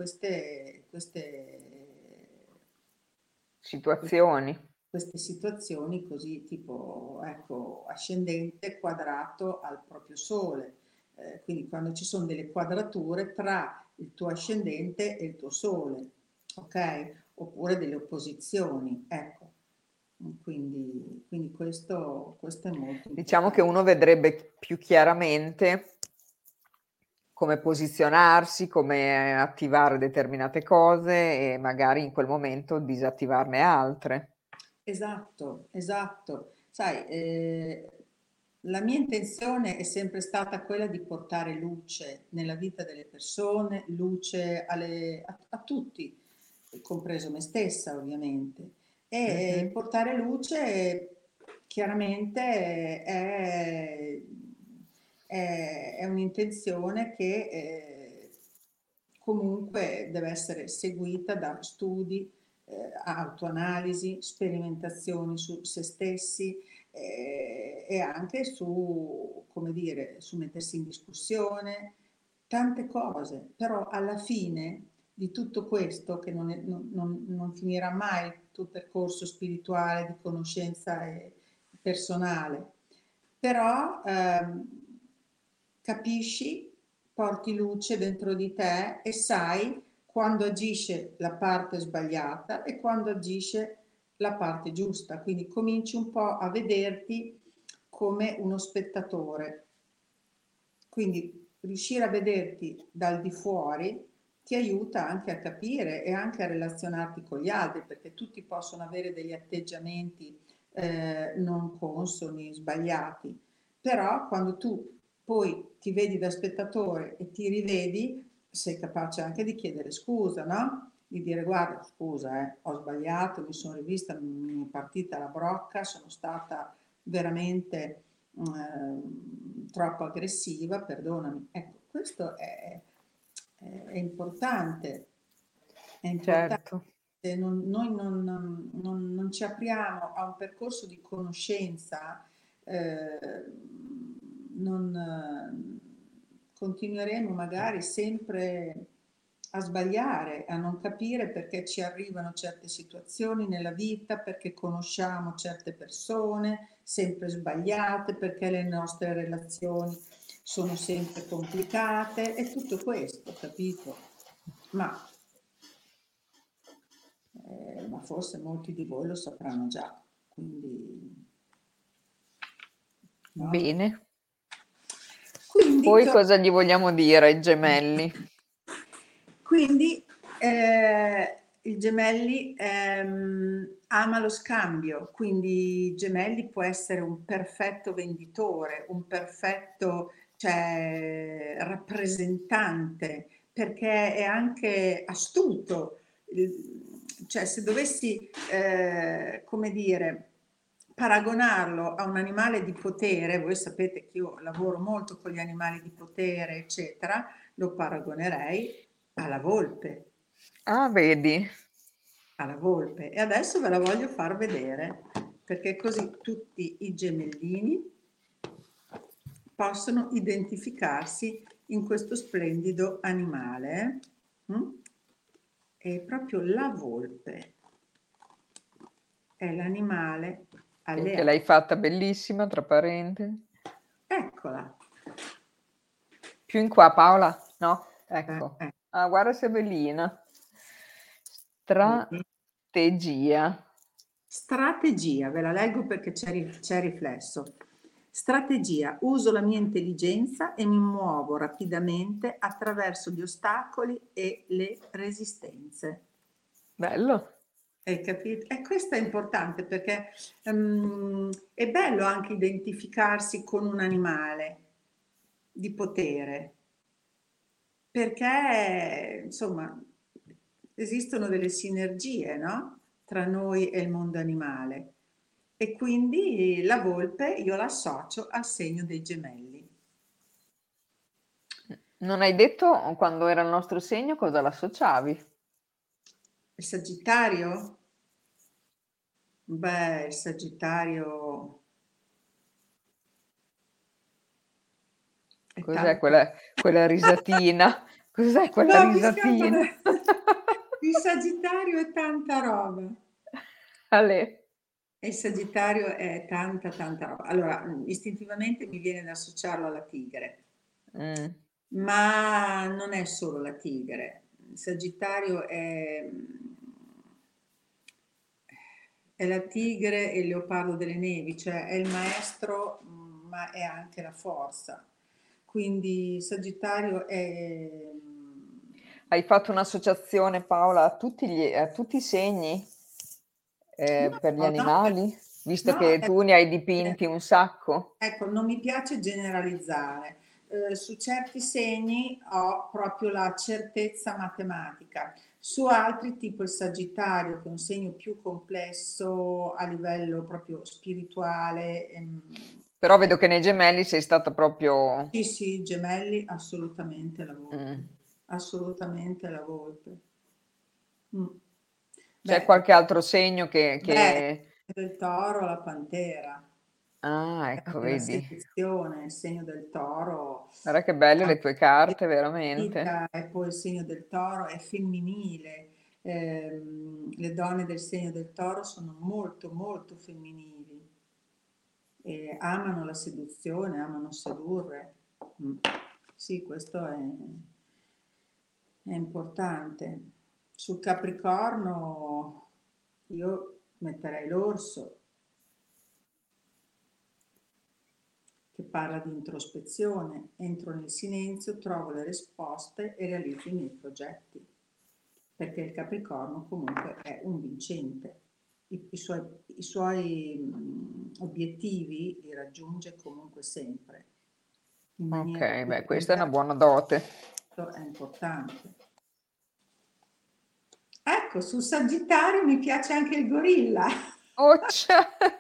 Situazioni. queste situazioni così tipo, ecco, ascendente quadrato al proprio sole. Quindi quando ci sono delle quadrature tra il tuo ascendente e il tuo sole, ok? Oppure delle opposizioni, ecco. Quindi questo è molto Diciamo che importante. uno vedrebbe più chiaramente come posizionarsi, come attivare determinate cose e magari in quel momento disattivarne altre. Esatto, esatto. Sai, la mia intenzione è sempre stata quella di portare luce nella vita delle persone, luce a tutti, compreso me stessa ovviamente. E Mhm. portare luce chiaramente è un'intenzione che comunque deve essere seguita da studi, autoanalisi, sperimentazioni su se stessi e anche su, come dire, su mettersi in discussione, tante cose, però alla fine di tutto questo, che non finirà mai il tuo percorso spirituale di conoscenza personale, però capisci, porti luce dentro di te e sai quando agisce la parte sbagliata e quando agisce la parte giusta. Quindi cominci un po' a vederti come uno spettatore. Quindi riuscire a vederti dal di fuori ti aiuta anche a capire e anche a relazionarti con gli altri, perché tutti possono avere degli atteggiamenti non consoni, sbagliati, però quando tu poi ti vedi da spettatore e ti rivedi, sei capace anche di chiedere scusa, no? Di dire guarda, scusa, ho sbagliato, mi sono rivista, mi è partita la brocca, sono stata veramente troppo aggressiva, perdonami. Ecco, questo è importante, è importante. Certo. Noi non ci apriamo a un percorso di conoscenza, non continueremo magari sempre a sbagliare, a non capire perché ci arrivano certe situazioni nella vita, perché conosciamo certe persone sempre sbagliate, perché le nostre relazioni sono sempre complicate e tutto questo, capito? Ma forse molti di voi lo sapranno già, quindi no? Bene. Quindi, Poi cosa gli vogliamo dire ai gemelli? quindi il Gemelli ama lo scambio, quindi Gemelli può essere un perfetto venditore, un perfetto, cioè, rappresentante, perché è anche astuto. Cioè, se dovessi, come dire, paragonarlo a un animale di potere, voi sapete che io lavoro molto con gli animali di potere, eccetera, lo paragonerei alla volpe, Ah, vedi. alla volpe. E adesso ve la voglio far vedere, perché così tutti i gemellini possono identificarsi in questo splendido animale. È proprio la volpe, è l'animale Che alleato. l'hai fatta bellissima, tra parentesi. Eccola. Più in qua, Paola? No? Eh, Ecco. eh, Ah, guarda se è bellina. vedi? Strategia. Strategia, ve la leggo perché c'è riflesso. Strategia, uso la mia intelligenza e mi muovo rapidamente attraverso gli ostacoli e le resistenze. Bello. Hai capito? E questo è importante perché è bello anche identificarsi con un animale di potere, perché insomma esistono delle sinergie, no? Tra noi e il mondo animale. E quindi la volpe io l'associo al segno dei gemelli. Non hai detto quando era il nostro segno cosa l'associavi? Il Sagittario? Beh, il Sagittario è Cos'è tanto. quella risatina? Cos'è quella No, mi scappa risatina? il Sagittario è tanta roba. Ale. E il Sagittario è tanta, tanta roba. Allora, istintivamente mi viene da associarlo alla tigre, Mm. ma non è solo la tigre. Il Sagittario è la tigre e il leopardo delle nevi, cioè è il maestro, ma è anche la forza. Quindi Sagittario è. Hai fatto un'associazione, Paola, a tutti i segni per gli No, no, animali? Visto no, che tu ne hai dipinti un sacco? ecco, non mi piace generalizzare. Su certi segni ho proprio la certezza matematica, su altri, tipo il Sagittario, che è un segno più complesso a livello proprio spirituale. Però vedo che nei gemelli sei stata proprio. Sì, sì, gemelli, assolutamente la volpe, Mm. assolutamente la volpe. Mm. C'è Beh, qualche altro segno che, beh, che- del toro la pantera. Ah, ecco, Anche la vedi. seduzione, il segno del toro Guarda che belle ha le tue carte, vita, veramente. e poi il segno del toro è femminile. Le donne del segno del toro sono molto molto femminili e amano la seduzione, amano sedurre. Mm. Sì, questo è importante. Sul Capricorno io metterei l'orso, che parla di introspezione. Entro nel silenzio, trovo le risposte e realizzo i miei progetti, perché il Capricorno comunque è un vincente. I suoi obiettivi li raggiunge comunque sempre in maniera Ok, beh, questa è una determinata. buona dote. Questo è importante. Ecco, sul Sagittario mi piace anche il gorilla. Occia!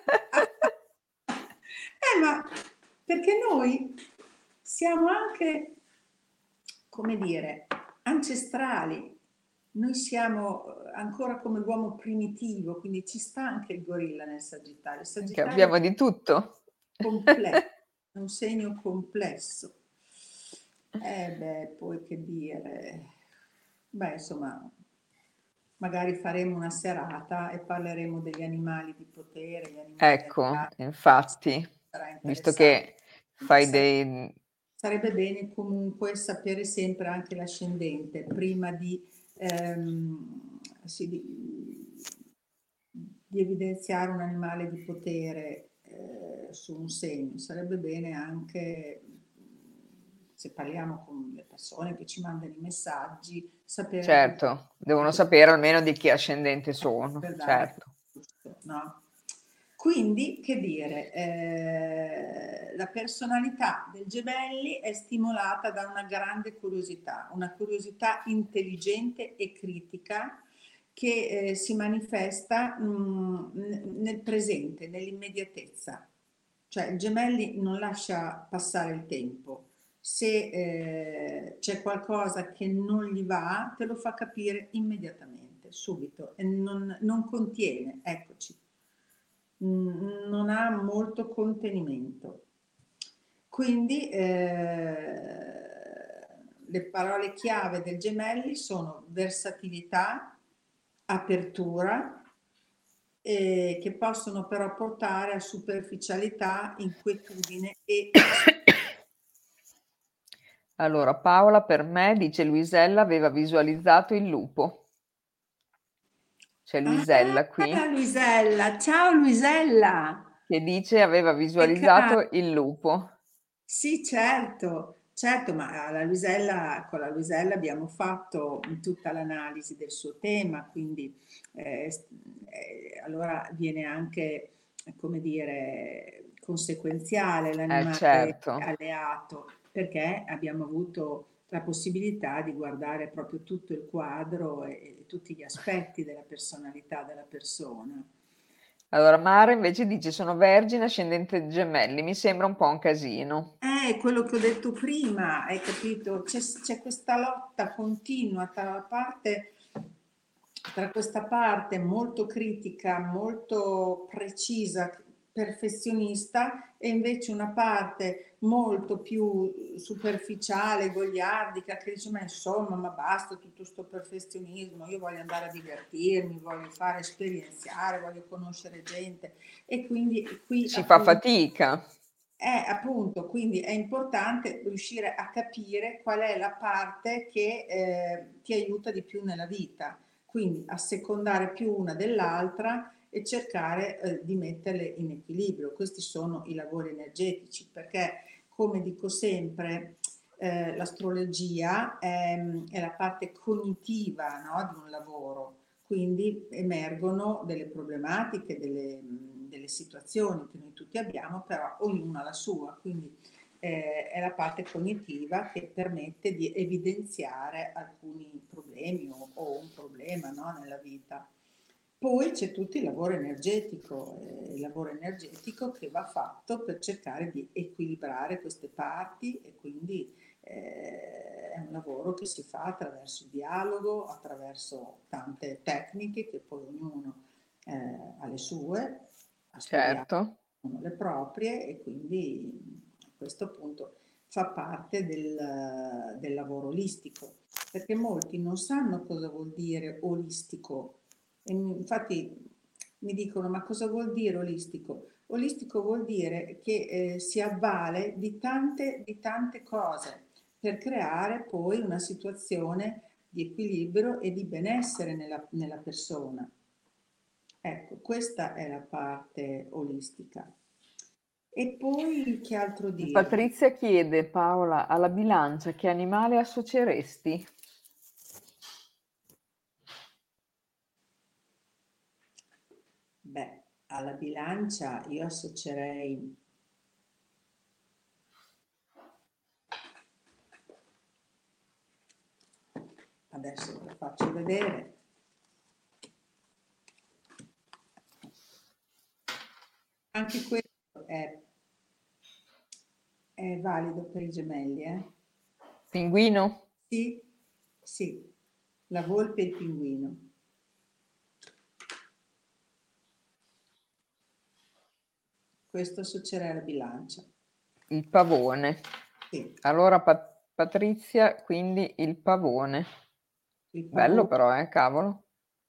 Ma perché noi siamo anche, come dire, ancestrali. Noi siamo ancora come l'uomo primitivo, quindi ci sta anche il gorilla nel Sagittario. Il Che Sagittario abbiamo di tutto. complesso, è un segno complesso. Beh, poi che dire. Beh, insomma, magari faremo una serata e parleremo degli animali di potere, gli animali Ecco, alleati. infatti, Sarà visto interessante. che fai Sa- dei... Sarebbe bene comunque sapere sempre anche l'ascendente prima sì, di evidenziare un animale di potere su un segno. Sarebbe bene anche, se parliamo con le persone che ci mandano i messaggi, sapere anche Certo, devono sapere almeno di che ascendente sono, per dare certo. giusto, no? Quindi, che dire, la personalità del Gemelli è stimolata da una curiosità intelligente e critica che si manifesta nel presente, nell'immediatezza. Cioè il Gemelli non lascia passare il tempo. Se c'è qualcosa che non gli va, te lo fa capire immediatamente, subito, e non contiene, eccoci, non ha molto contenimento. Quindi le parole chiave del Gemelli sono versatilità, apertura, che possono però portare a superficialità, inquietudine e Allora, Paola per me, dice Luisella, aveva visualizzato il lupo. C'è Luisella Ah, qui Luisella, ciao Luisella. che dice aveva Che cara. visualizzato il lupo. Sì, certo, certo, ma con la Luisella abbiamo fatto tutta l'analisi del suo tema, quindi allora viene anche, come dire, conseguenziale l'animale Certo. alleato, perché abbiamo avuto la possibilità di guardare proprio tutto il quadro e tutti gli aspetti della personalità della persona. Allora, Mara invece dice sono vergine ascendente gemelli, mi sembra un po' un casino. Quello che ho detto prima, hai capito? C'è questa lotta continua tra questa parte molto critica, molto precisa, perfezionista, e invece una parte molto più superficiale, goliardica, che dice: ma insomma, ma basta tutto questo perfezionismo, io voglio andare a divertirmi, voglio fare esperienziare, voglio conoscere gente. E quindi qui Si fa appunto fatica. appunto, quindi è importante riuscire a capire qual è la parte che ti aiuta di più nella vita, quindi assecondare più una dell'altra e cercare di metterle in equilibrio. Questi sono i lavori energetici, perché come dico sempre, l'astrologia è la parte cognitiva, no, di un lavoro, quindi emergono delle problematiche, delle situazioni che noi tutti abbiamo, però ognuno ha la sua, quindi è la parte cognitiva che permette di evidenziare alcuni problemi o un problema, no, nella vita. Poi c'è tutto il lavoro energetico che va fatto per cercare di equilibrare queste parti, e quindi è un lavoro che si fa attraverso il dialogo, attraverso tante tecniche che poi ognuno ha le sue, ha studiato Certo. sono le proprie e quindi questo appunto fa parte del lavoro olistico, perché molti non sanno cosa vuol dire olistico e infatti mi dicono ma cosa vuol dire olistico? Olistico vuol dire che si avvale di tante cose per creare poi una situazione di equilibrio e di benessere nella persona. Ecco, questa è la parte olistica. E poi che altro dirvi? Patrizia chiede, Paola, alla bilancia che animale associeresti? Beh, alla bilancia io associerei, adesso ve lo faccio vedere, anche questo è valido per i gemelli, eh? Pinguino? Sì, sì, la volpe e il pinguino. Questo associerei alla bilancia. Il pavone. Sì, Allora, Patrizia, quindi il pavone. il Bello pavone. però, cavolo.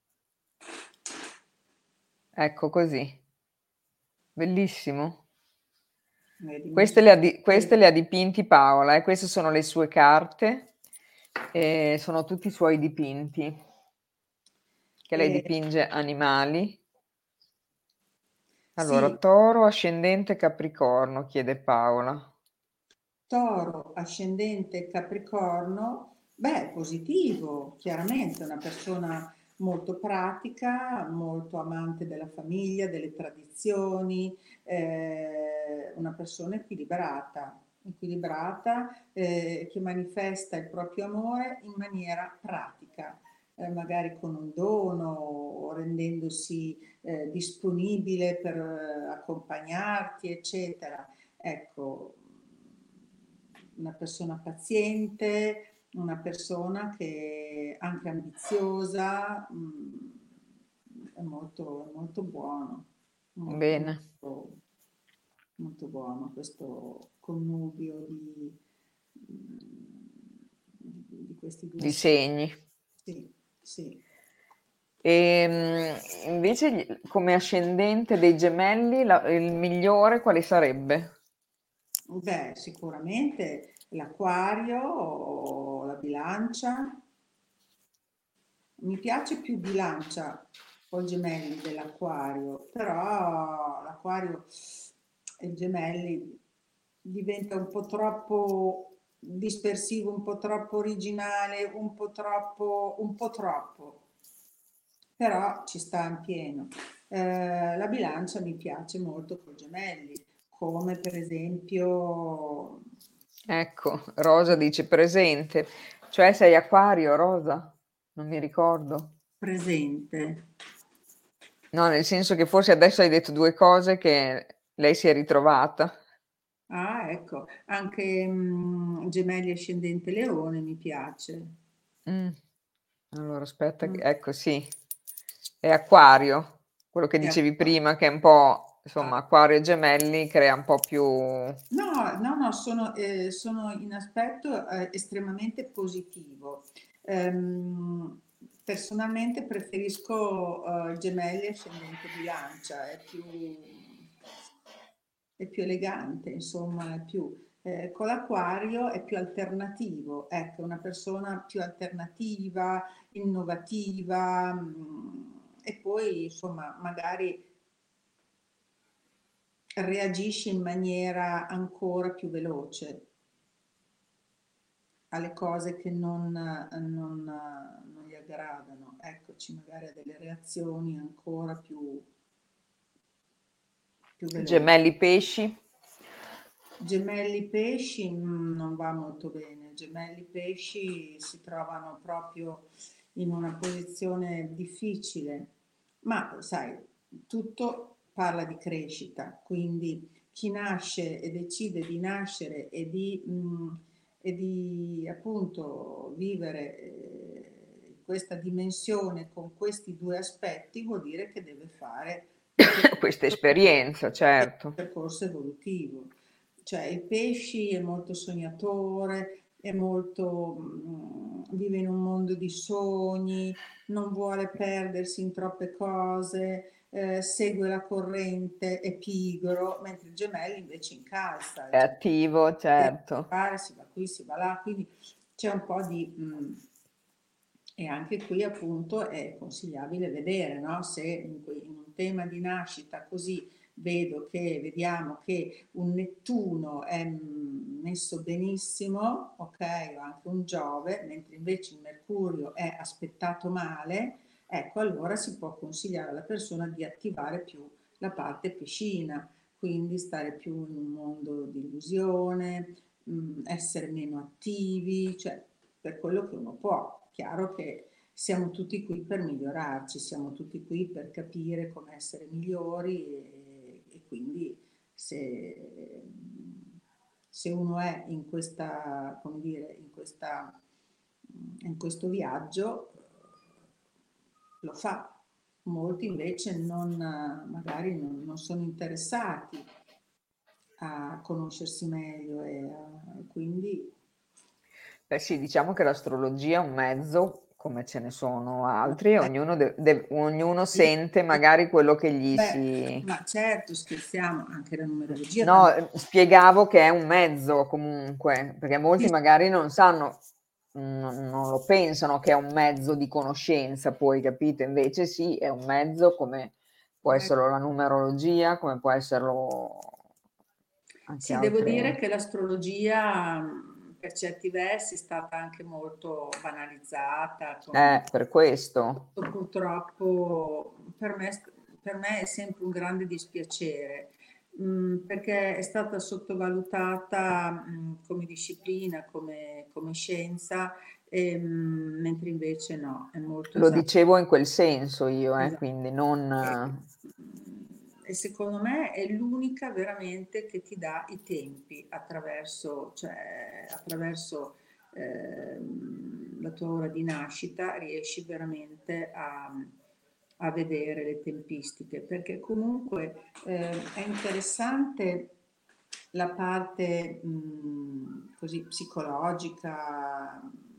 Ecco così. Bellissimo. Vedi, mi Queste sono- queste le ha dipinti Paola, e queste sono le sue carte, e sono tutti i suoi dipinti, che lei E, dipinge animali. Allora, sì, toro, ascendente, capricorno, chiede Paola. Toro, ascendente Capricorno, beh, positivo, chiaramente, una persona molto pratica, molto amante della famiglia, delle tradizioni, una persona equilibrata, che manifesta il proprio amore in maniera pratica, magari con un dono o rendendosi disponibile per accompagnarti, eccetera. Ecco, una persona paziente, una persona che è anche ambiziosa, è molto buono, molto, Bene, molto, molto buono questo connubio di questi due di segni. segni. Sì, sì. Invece, come ascendente dei gemelli, il migliore quale sarebbe? Beh, sicuramente l'acquario o la bilancia. Mi piace più bilancia col gemelli dell'acquario, però l'acquario e il gemelli diventa un po' troppo dispersivo, un po' troppo originale, un po' troppo, però ci sta in pieno. La bilancia mi piace molto col gemelli, come per esempio Ecco, Rosa dice presente, cioè sei acquario, Rosa? Non mi ricordo. presente. No, nel senso che forse adesso hai detto due cose che lei si è ritrovata. Ah, ecco, anche Gemelli ascendente Leone mi piace. Mm. Allora, aspetta, Mm. ecco sì, è acquario, quello che È dicevi prima, che è un po', insomma, acqua. acquario e gemelli crea un po' più... No, no, no, sono in aspetto estremamente positivo. Ehm, Personalmente preferisco Gemelli ascendente Bilancia, è più elegante, insomma, è più, con l'acquario è più alternativo, ecco, una persona più alternativa, innovativa, e poi, insomma, magari reagisce in maniera ancora più veloce alle cose che non gli aggradano. Eccoci, magari ha delle reazioni ancora più veloci. Gemelli pesci, Gemelli pesci non va molto bene. Gemelli pesci si trovano proprio in una posizione difficile, ma sai, tutto parla di crescita, quindi chi nasce e decide di nascere e di appunto vivere questa dimensione con questi due aspetti vuol dire che deve fare questa esperienza, certo. percorso evolutivo. Cioè il pesci è molto sognatore, è molto, vive in un mondo di sogni, non vuole perdersi in troppe cose, segue la corrente, è pigro, mentre il gemello invece incalza, È attivo, certo. si va qui, si va là, quindi c'è un po' di... e anche qui appunto è consigliabile vedere, no? Se in un tema di nascita così vediamo che un Nettuno è messo benissimo, ok, o anche un Giove, mentre invece il Mercurio è aspettato male, ecco allora si può consigliare alla persona di attivare più la parte piscina, quindi stare più in un mondo di illusione, essere meno attivi, cioè per quello che uno può. Chiaro che siamo tutti qui per migliorarci, siamo tutti qui per capire come essere migliori e quindi se, se uno è in questa, come dire, in questo viaggio, lo fa. Molti invece magari non sono interessati a conoscersi meglio e quindi Beh sì, diciamo che l'astrologia è un mezzo, come ce ne sono altri, e ognuno sì, sente sì. magari quello che gli Beh, si... ma certo, scherziamo, anche la numerologia No, tanto. spiegavo che è un mezzo comunque, perché molti Sì, magari non sanno, non lo pensano che è un mezzo di conoscenza, poi capite? Invece sì, è un mezzo come può sì. esserlo la numerologia, come può esserlo anche Sì, devo dire altre... che l'astrologia per certi versi è stata anche molto banalizzata, Per questo. purtroppo per me è sempre un grande dispiacere, perché è stata sottovalutata, come disciplina, come scienza, mentre invece no, è molto Lo esatta. dicevo in quel senso io, Esatto. quindi non... E, e secondo me è l'unica veramente che ti dà i tempi attraverso la tua ora di nascita, riesci veramente a vedere le tempistiche, perché comunque è interessante la parte così psicologica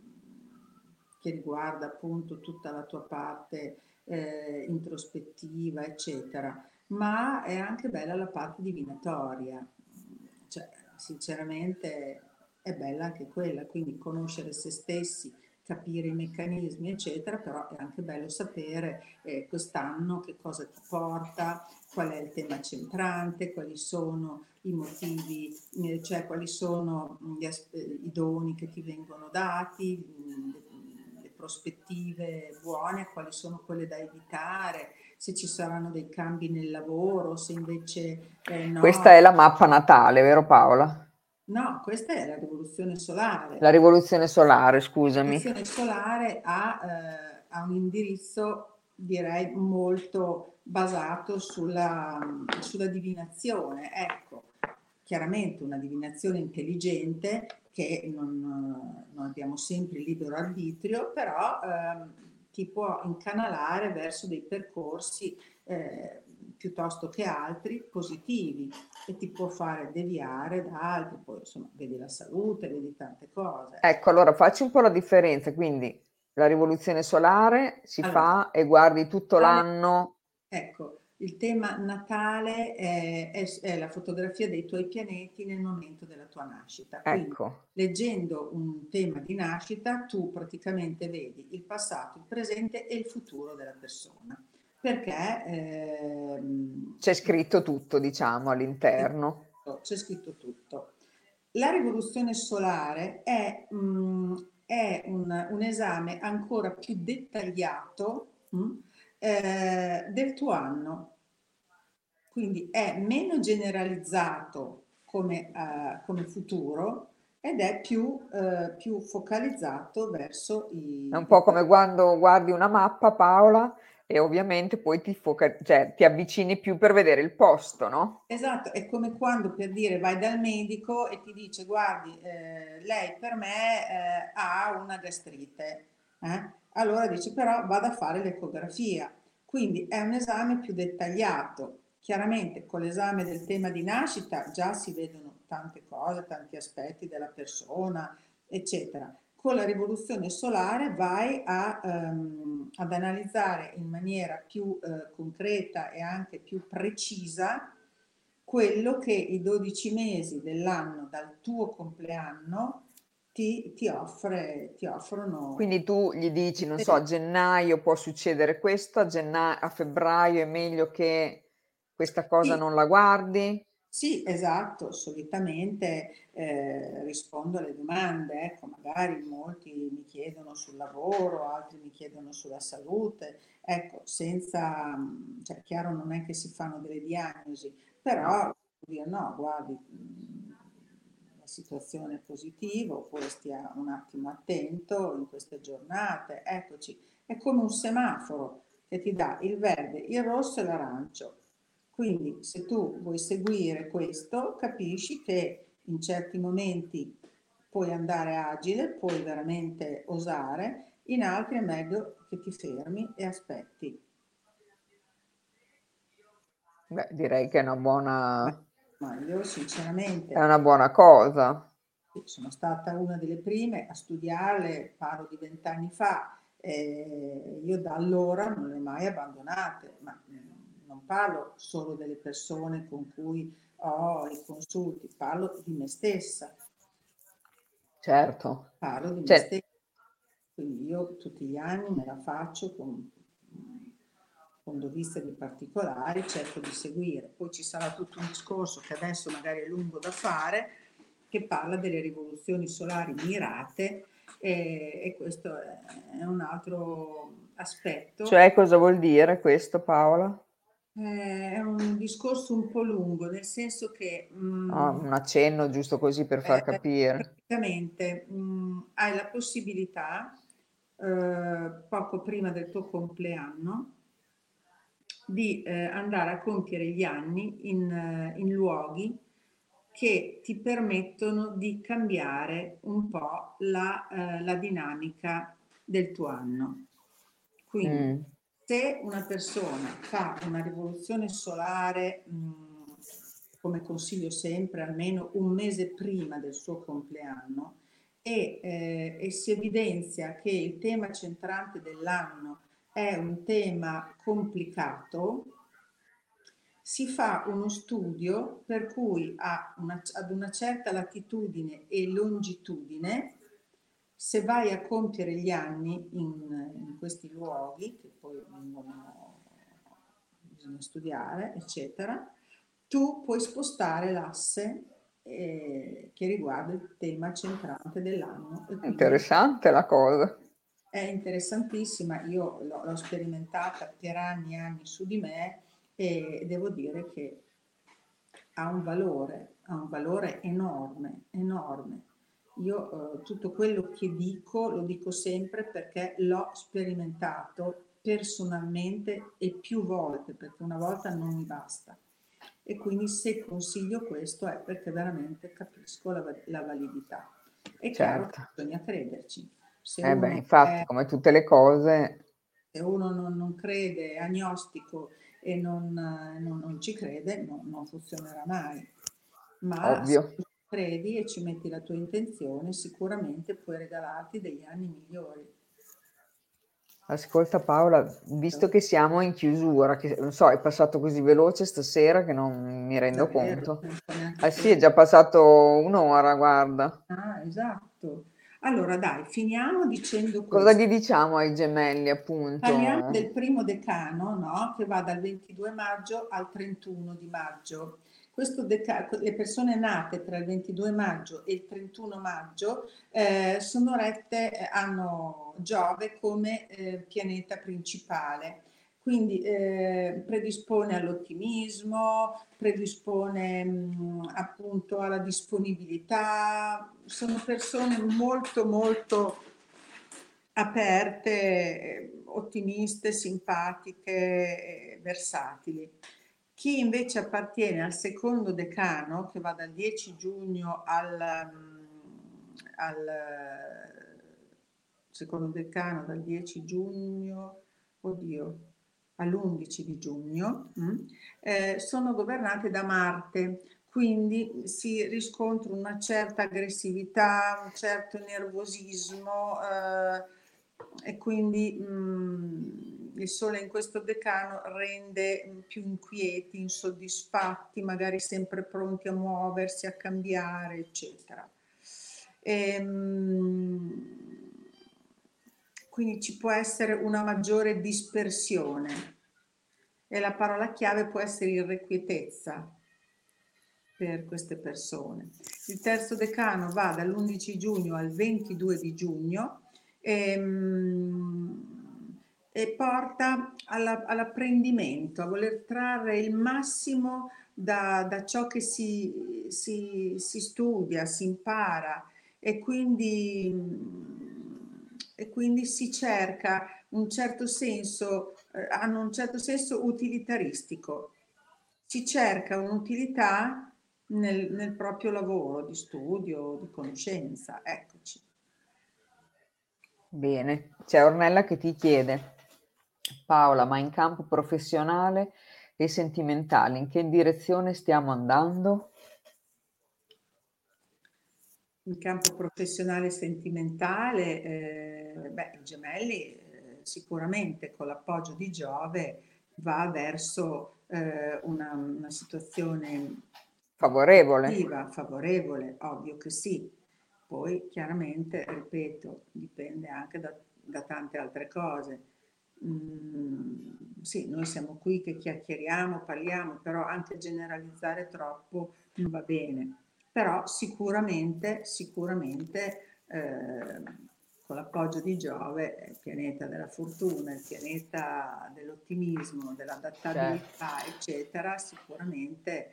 che riguarda appunto tutta la tua parte introspettiva, eccetera, ma è anche bella la parte divinatoria, cioè sinceramente è bella anche quella, quindi conoscere se stessi, capire i meccanismi, eccetera, però è anche bello sapere quest'anno che cosa ti porta, qual è il tema centrante, quali sono i motivi, cioè quali sono i doni che ti vengono dati, le prospettive buone, quali sono quelle da evitare, se ci saranno dei cambi nel lavoro, se invece no. Questa è la mappa natale, vero Paola? No, questa è la rivoluzione solare. La rivoluzione solare, La scusami. rivoluzione solare ha un indirizzo, direi, molto basato sulla divinazione. Ecco, chiaramente una divinazione intelligente che non abbiamo sempre il libero arbitrio, però ti può incanalare verso dei percorsi piuttosto che altri positivi e ti può fare deviare da altri, poi insomma vedi la salute, vedi tante cose. Ecco, allora facci un po' la differenza. Quindi la rivoluzione solare si Allora, fa e guardi tutto Natale, l'anno. ecco, il tema Natale è la fotografia dei tuoi pianeti nel momento della tua nascita. Quindi, Ecco, leggendo un tema di nascita, tu praticamente vedi il passato, il presente e il futuro della persona. Perché c'è scritto tutto, diciamo, all'interno. c'è scritto tutto. La rivoluzione solare è un esame ancora più dettagliato del tuo anno, quindi è meno generalizzato come futuro ed è più focalizzato verso È un i po' come quando guardi una mappa, Paola, e ovviamente poi cioè, ti avvicini più per vedere il posto, no? Esatto, è come quando per dire vai dal medico e ti dice guardi, lei per me ha una gastrite, allora dici però vado a fare l'ecografia, Quindi è un esame più dettagliato. Chiaramente con l'esame del tema di nascita già si vedono tante cose, tanti aspetti della persona, eccetera. Con la rivoluzione solare vai ad analizzare in maniera più concreta e anche più precisa quello che i 12 mesi dell'anno dal tuo compleanno ti offrono. Quindi tu gli dici, non so, a gennaio può succedere questo, a febbraio è meglio che questa cosa Sì, non la guardi? sì, esatto, solitamente rispondo alle domande, ecco, magari molti mi chiedono sul lavoro, altri mi chiedono sulla salute, ecco, senza, cioè, chiaro non è che si fanno delle diagnosi, No, però dire no, guardi, la situazione è positiva, oppure stia un attimo attento in queste giornate, eccoci, è come un semaforo che ti dà il verde, il rosso e l'arancio. Quindi se tu vuoi seguire questo, capisci che in certi momenti puoi andare agile, puoi veramente osare, in altri è meglio che ti fermi e aspetti. beh, direi che Beh, ma io è sinceramente una buona cosa. sì, sono stata una delle prime a studiarle, parlo di 20 anni fa, io da allora non le ho mai abbandonate, ma non parlo solo delle persone con cui ho i consulti, parlo di me stessa, Certo. parlo di me Cioè, stessa. Quindi io tutti gli anni me la faccio con dovizia di particolari, cerco di seguire. Poi ci sarà tutto un discorso che adesso magari è lungo da fare, che parla delle rivoluzioni solari mirate e questo è un altro aspetto. cioè cosa vuol dire questo, Paola? È un discorso un po' lungo, nel senso che Ah, un accenno giusto così per far capire. praticamente hai la possibilità, poco prima del tuo compleanno, di andare a compiere gli anni in luoghi che ti permettono di cambiare un po' la dinamica del tuo anno. Quindi, Mm, se una persona fa una rivoluzione solare, come consiglio sempre, almeno un mese prima del suo compleanno, e si evidenzia che il tema centrante dell'anno è un tema complicato, si fa uno studio per cui ad una certa latitudine e longitudine, se vai a compiere gli anni in questi luoghi, che poi bisogna studiare, eccetera, tu puoi spostare l'asse che riguarda il tema centrante dell'anno e quindi interessante la cosa. è interessantissima, io l'ho sperimentata per anni e anni su di me e devo dire che ha un valore enorme, enorme. Io tutto quello che dico lo dico sempre perché l'ho sperimentato personalmente e più volte, perché una volta non mi basta. E quindi se consiglio questo è perché veramente capisco la validità. È chiaro che Certo. bisogna crederci. Se Eh beh, uno infatti, è come tutte le cose, se uno non crede, è agnostico e non ci crede, non funzionerà mai. Ma se ovvio. tu credi e ci metti la tua intenzione, sicuramente puoi regalarti degli anni migliori. Ascolta Paola, visto che siamo in chiusura, che non so, è passato così veloce stasera che non mi rendo Davvero, conto. non so neanche Ah sì, è quello. già passato un'ora, guarda. Ah, esatto. Allora, dai, finiamo dicendo Cosa questo. gli diciamo ai gemelli, Parliamo appunto? del primo decano, no? Che va dal 22 maggio al 31 di maggio. Le persone nate tra il 22 maggio e il 31 maggio sono rette, hanno Giove come pianeta principale. Quindi predispone all'ottimismo, predispone appunto alla disponibilità, sono persone molto molto aperte, ottimiste, simpatiche, versatili. Chi invece appartiene al secondo decano, che va dal 10 giugno al secondo decano, dal 10 giugno, oddio, all'11 di giugno, sono governate da Marte, quindi si riscontra una certa aggressività, un certo nervosismo, e quindi il Sole in questo decano rende più inquieti, insoddisfatti, magari sempre pronti a muoversi, a cambiare, eccetera. Quindi ci può essere una maggiore dispersione e la parola chiave può essere irrequietezza per queste persone. Il terzo decano va dall'11 giugno al 22 di giugno e porta all'apprendimento, a voler trarre il massimo da ciò che si studia, si impara e quindi si cerca un certo senso, hanno un certo senso utilitaristico. Si cerca un'utilità nel proprio lavoro di studio, di conoscenza. Eccoci. Bene, c'è Ornella che ti chiede, Paola, ma in campo professionale e sentimentale, in che direzione stiamo andando? In campo professionale e sentimentale, i gemelli sicuramente con l'appoggio di Giove va verso una situazione Favorevole? positiva, favorevole, ovvio che sì. Poi chiaramente, ripeto, dipende anche da tante altre cose. Sì, noi siamo qui che chiacchieriamo, parliamo, però anche generalizzare troppo non va bene. Però sicuramente con l'appoggio di Giove, il pianeta della fortuna, il pianeta dell'ottimismo, Certo. dell'adattabilità, eccetera, sicuramente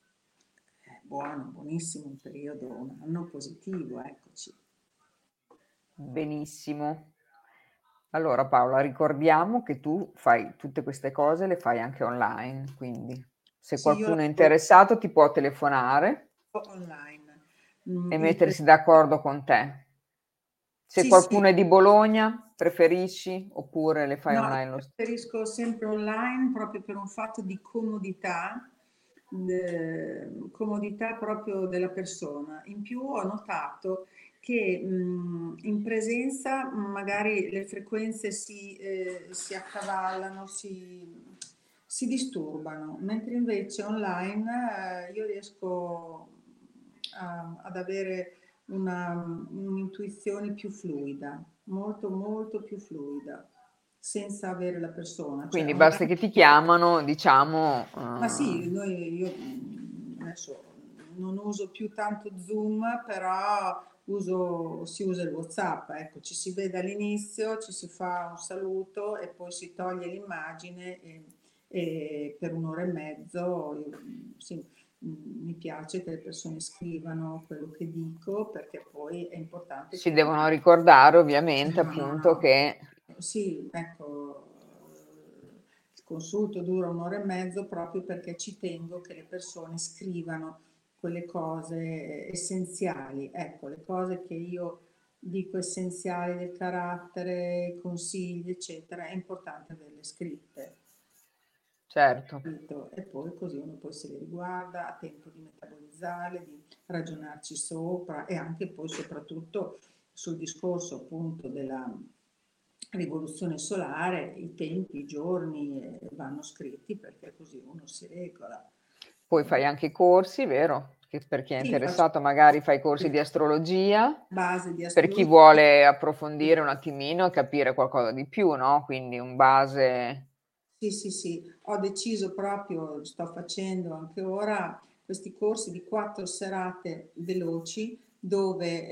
è buono, buonissimo un periodo, un anno positivo, eccoci. Benissimo. Allora Paola, ricordiamo che tu fai tutte queste cose, le fai anche online, quindi se Sì, io qualcuno è lavoro interessato ti può telefonare online. e Il mettersi telefono. d'accordo con te. Se Sì, sì, qualcuno è di Bologna, preferisci oppure le fai no, online io lo stesso? preferisco sempre online proprio per un fatto di comodità, comodità proprio della persona. In più ho notato che in presenza magari le frequenze si accavallano, si disturbano, mentre invece online io riesco ad avere un'intuizione più fluida, molto molto più fluida, senza avere la persona, cioè Quindi basta online. che ti chiamano, diciamo, Ma sì, io adesso non uso più tanto Zoom, però si usa il WhatsApp, ecco, ci si vede all'inizio, ci si fa un saluto e poi si toglie l'immagine e per un'ora e mezzo sì, mi piace che le persone scrivano quello che dico perché poi è importante si che devono ricordare ovviamente no, no, appunto no. che Sì, ecco, il consulto dura un'ora e mezzo proprio perché ci tengo che le persone scrivano quelle cose essenziali, ecco, le cose che io dico essenziali del carattere, consigli, eccetera, è importante averle scritte. certo. Capito? E poi così uno poi se le riguarda, ha tempo di metabolizzarle, di ragionarci sopra e anche poi soprattutto sul discorso appunto della rivoluzione solare, i tempi, i giorni vanno scritti perché così uno si regola. Poi fai anche i corsi, vero? Che per chi è Sì, faccio interessato magari fai corsi di astrologia, base di per chi astrologia. vuole approfondire un attimino e capire qualcosa di più, no? Quindi un base, Sì, sì, sì, ho deciso proprio, sto facendo anche ora questi corsi di 4 serate veloci dove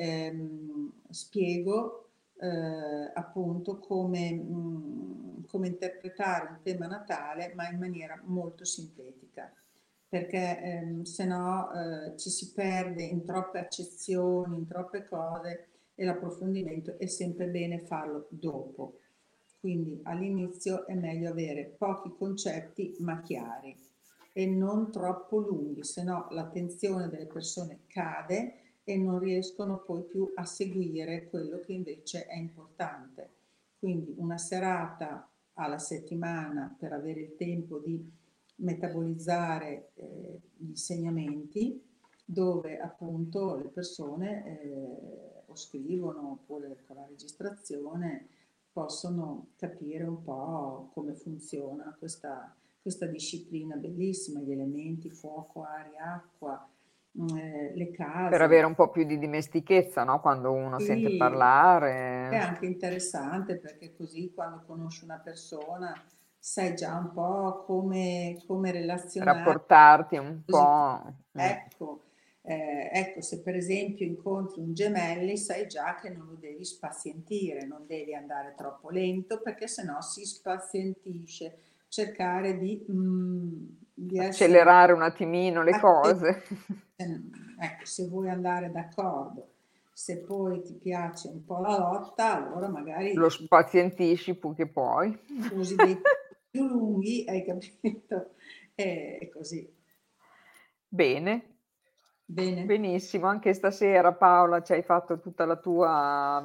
spiego appunto come interpretare un tema natale ma in maniera molto sintetica, perché se no ci si perde in troppe accezioni, in troppe cose e l'approfondimento è sempre bene farlo dopo. Quindi all'inizio è meglio avere pochi concetti ma chiari e non troppo lunghi, se no l'attenzione delle persone cade e non riescono poi più a seguire quello che invece è importante. Quindi una serata alla settimana per avere il tempo di metabolizzare gli insegnamenti, dove appunto le persone o scrivono oppure con la registrazione possono capire un po' come funziona questa disciplina bellissima, gli elementi, fuoco, aria, acqua, le Per case. avere un po' più di dimestichezza, no? Quando uno sente Sì, è parlare, anche interessante perché così quando conosci una persona sai già un po' come relazionare. rapportarti un Così, po'. ecco, ecco, se per esempio incontri un gemelli, sai già che non lo devi spazientire, non devi andare troppo lento perché sennò si spazientisce. Cercare di essere Accelerare un attimino le attenti. cose. Ecco, se vuoi andare d'accordo, se poi ti piace un po' la lotta, allora Lo magari spazientisci che puoi. usi dei tempi più lunghi, hai capito? E così. Bene, Bene. benissimo. Anche stasera, Paola, ci hai fatto tutta la tua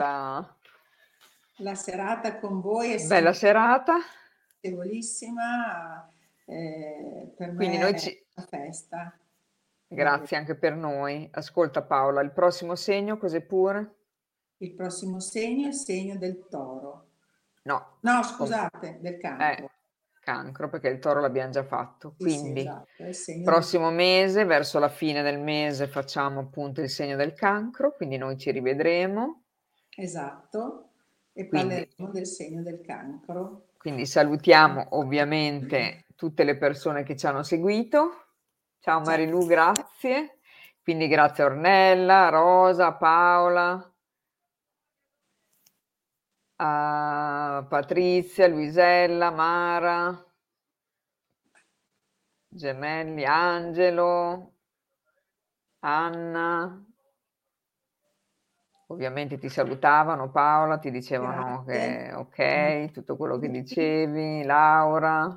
La serata con voi è bella sempre serata. piacevolissima, per Quindi me noi è ci... una festa. E Grazie anche per noi. Ascolta Paola, il prossimo segno cos'è pure? il prossimo segno è il segno del toro. No, No, com- scusate, del è cancro. cancro perché il toro l'abbiamo già fatto. Sì, sì, Quindi, esatto, è il segno del prossimo mese, verso la fine del mese, facciamo appunto il segno del cancro, quindi noi ci rivedremo. esatto, e Quindi, parleremo del segno del cancro. quindi salutiamo ovviamente tutte le persone che ci hanno seguito. Ciao Ciao, Marilu, grazie. Quindi grazie a Ornella, a Rosa, a Paola, a Patrizia, Luisella, Mara, Gemelli, Angelo, Anna. Ovviamente ti salutavano Paola, ti dicevano grazie che a ok, tutto quello che tutti. dicevi, Laura.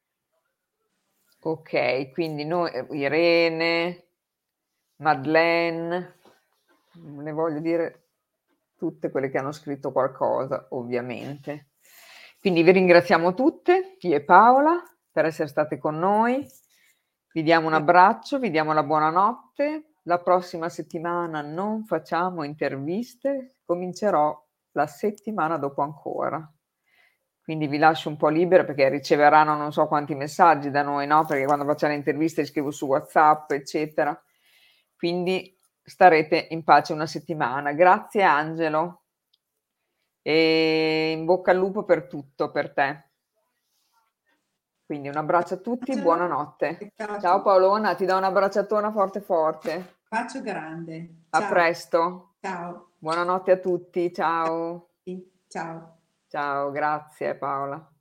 Ok, quindi noi, Irene, Madeleine, ne voglio dire tutte quelle che hanno scritto qualcosa, ovviamente. Quindi vi ringraziamo tutte, io e Paola, per essere state con noi. Vi diamo un abbraccio, vi diamo la buonanotte. La prossima settimana non facciamo interviste, comincerò la settimana dopo ancora. Quindi vi lascio un po' libera perché riceveranno non so quanti messaggi da noi, no? Perché quando faccio le interviste li scrivo su WhatsApp, eccetera. Quindi starete in pace una settimana. Grazie Angelo e in bocca al lupo per tutto per te. Quindi un abbraccio a tutti, Angelo, buonanotte. e ciao a Ciao tutti. Paolona, ti do una abbracciatona forte forte. Bacio grande. A Ciao, presto. ciao, Buonanotte a tutti. Ciao. ciao. Ciao, grazie Paola.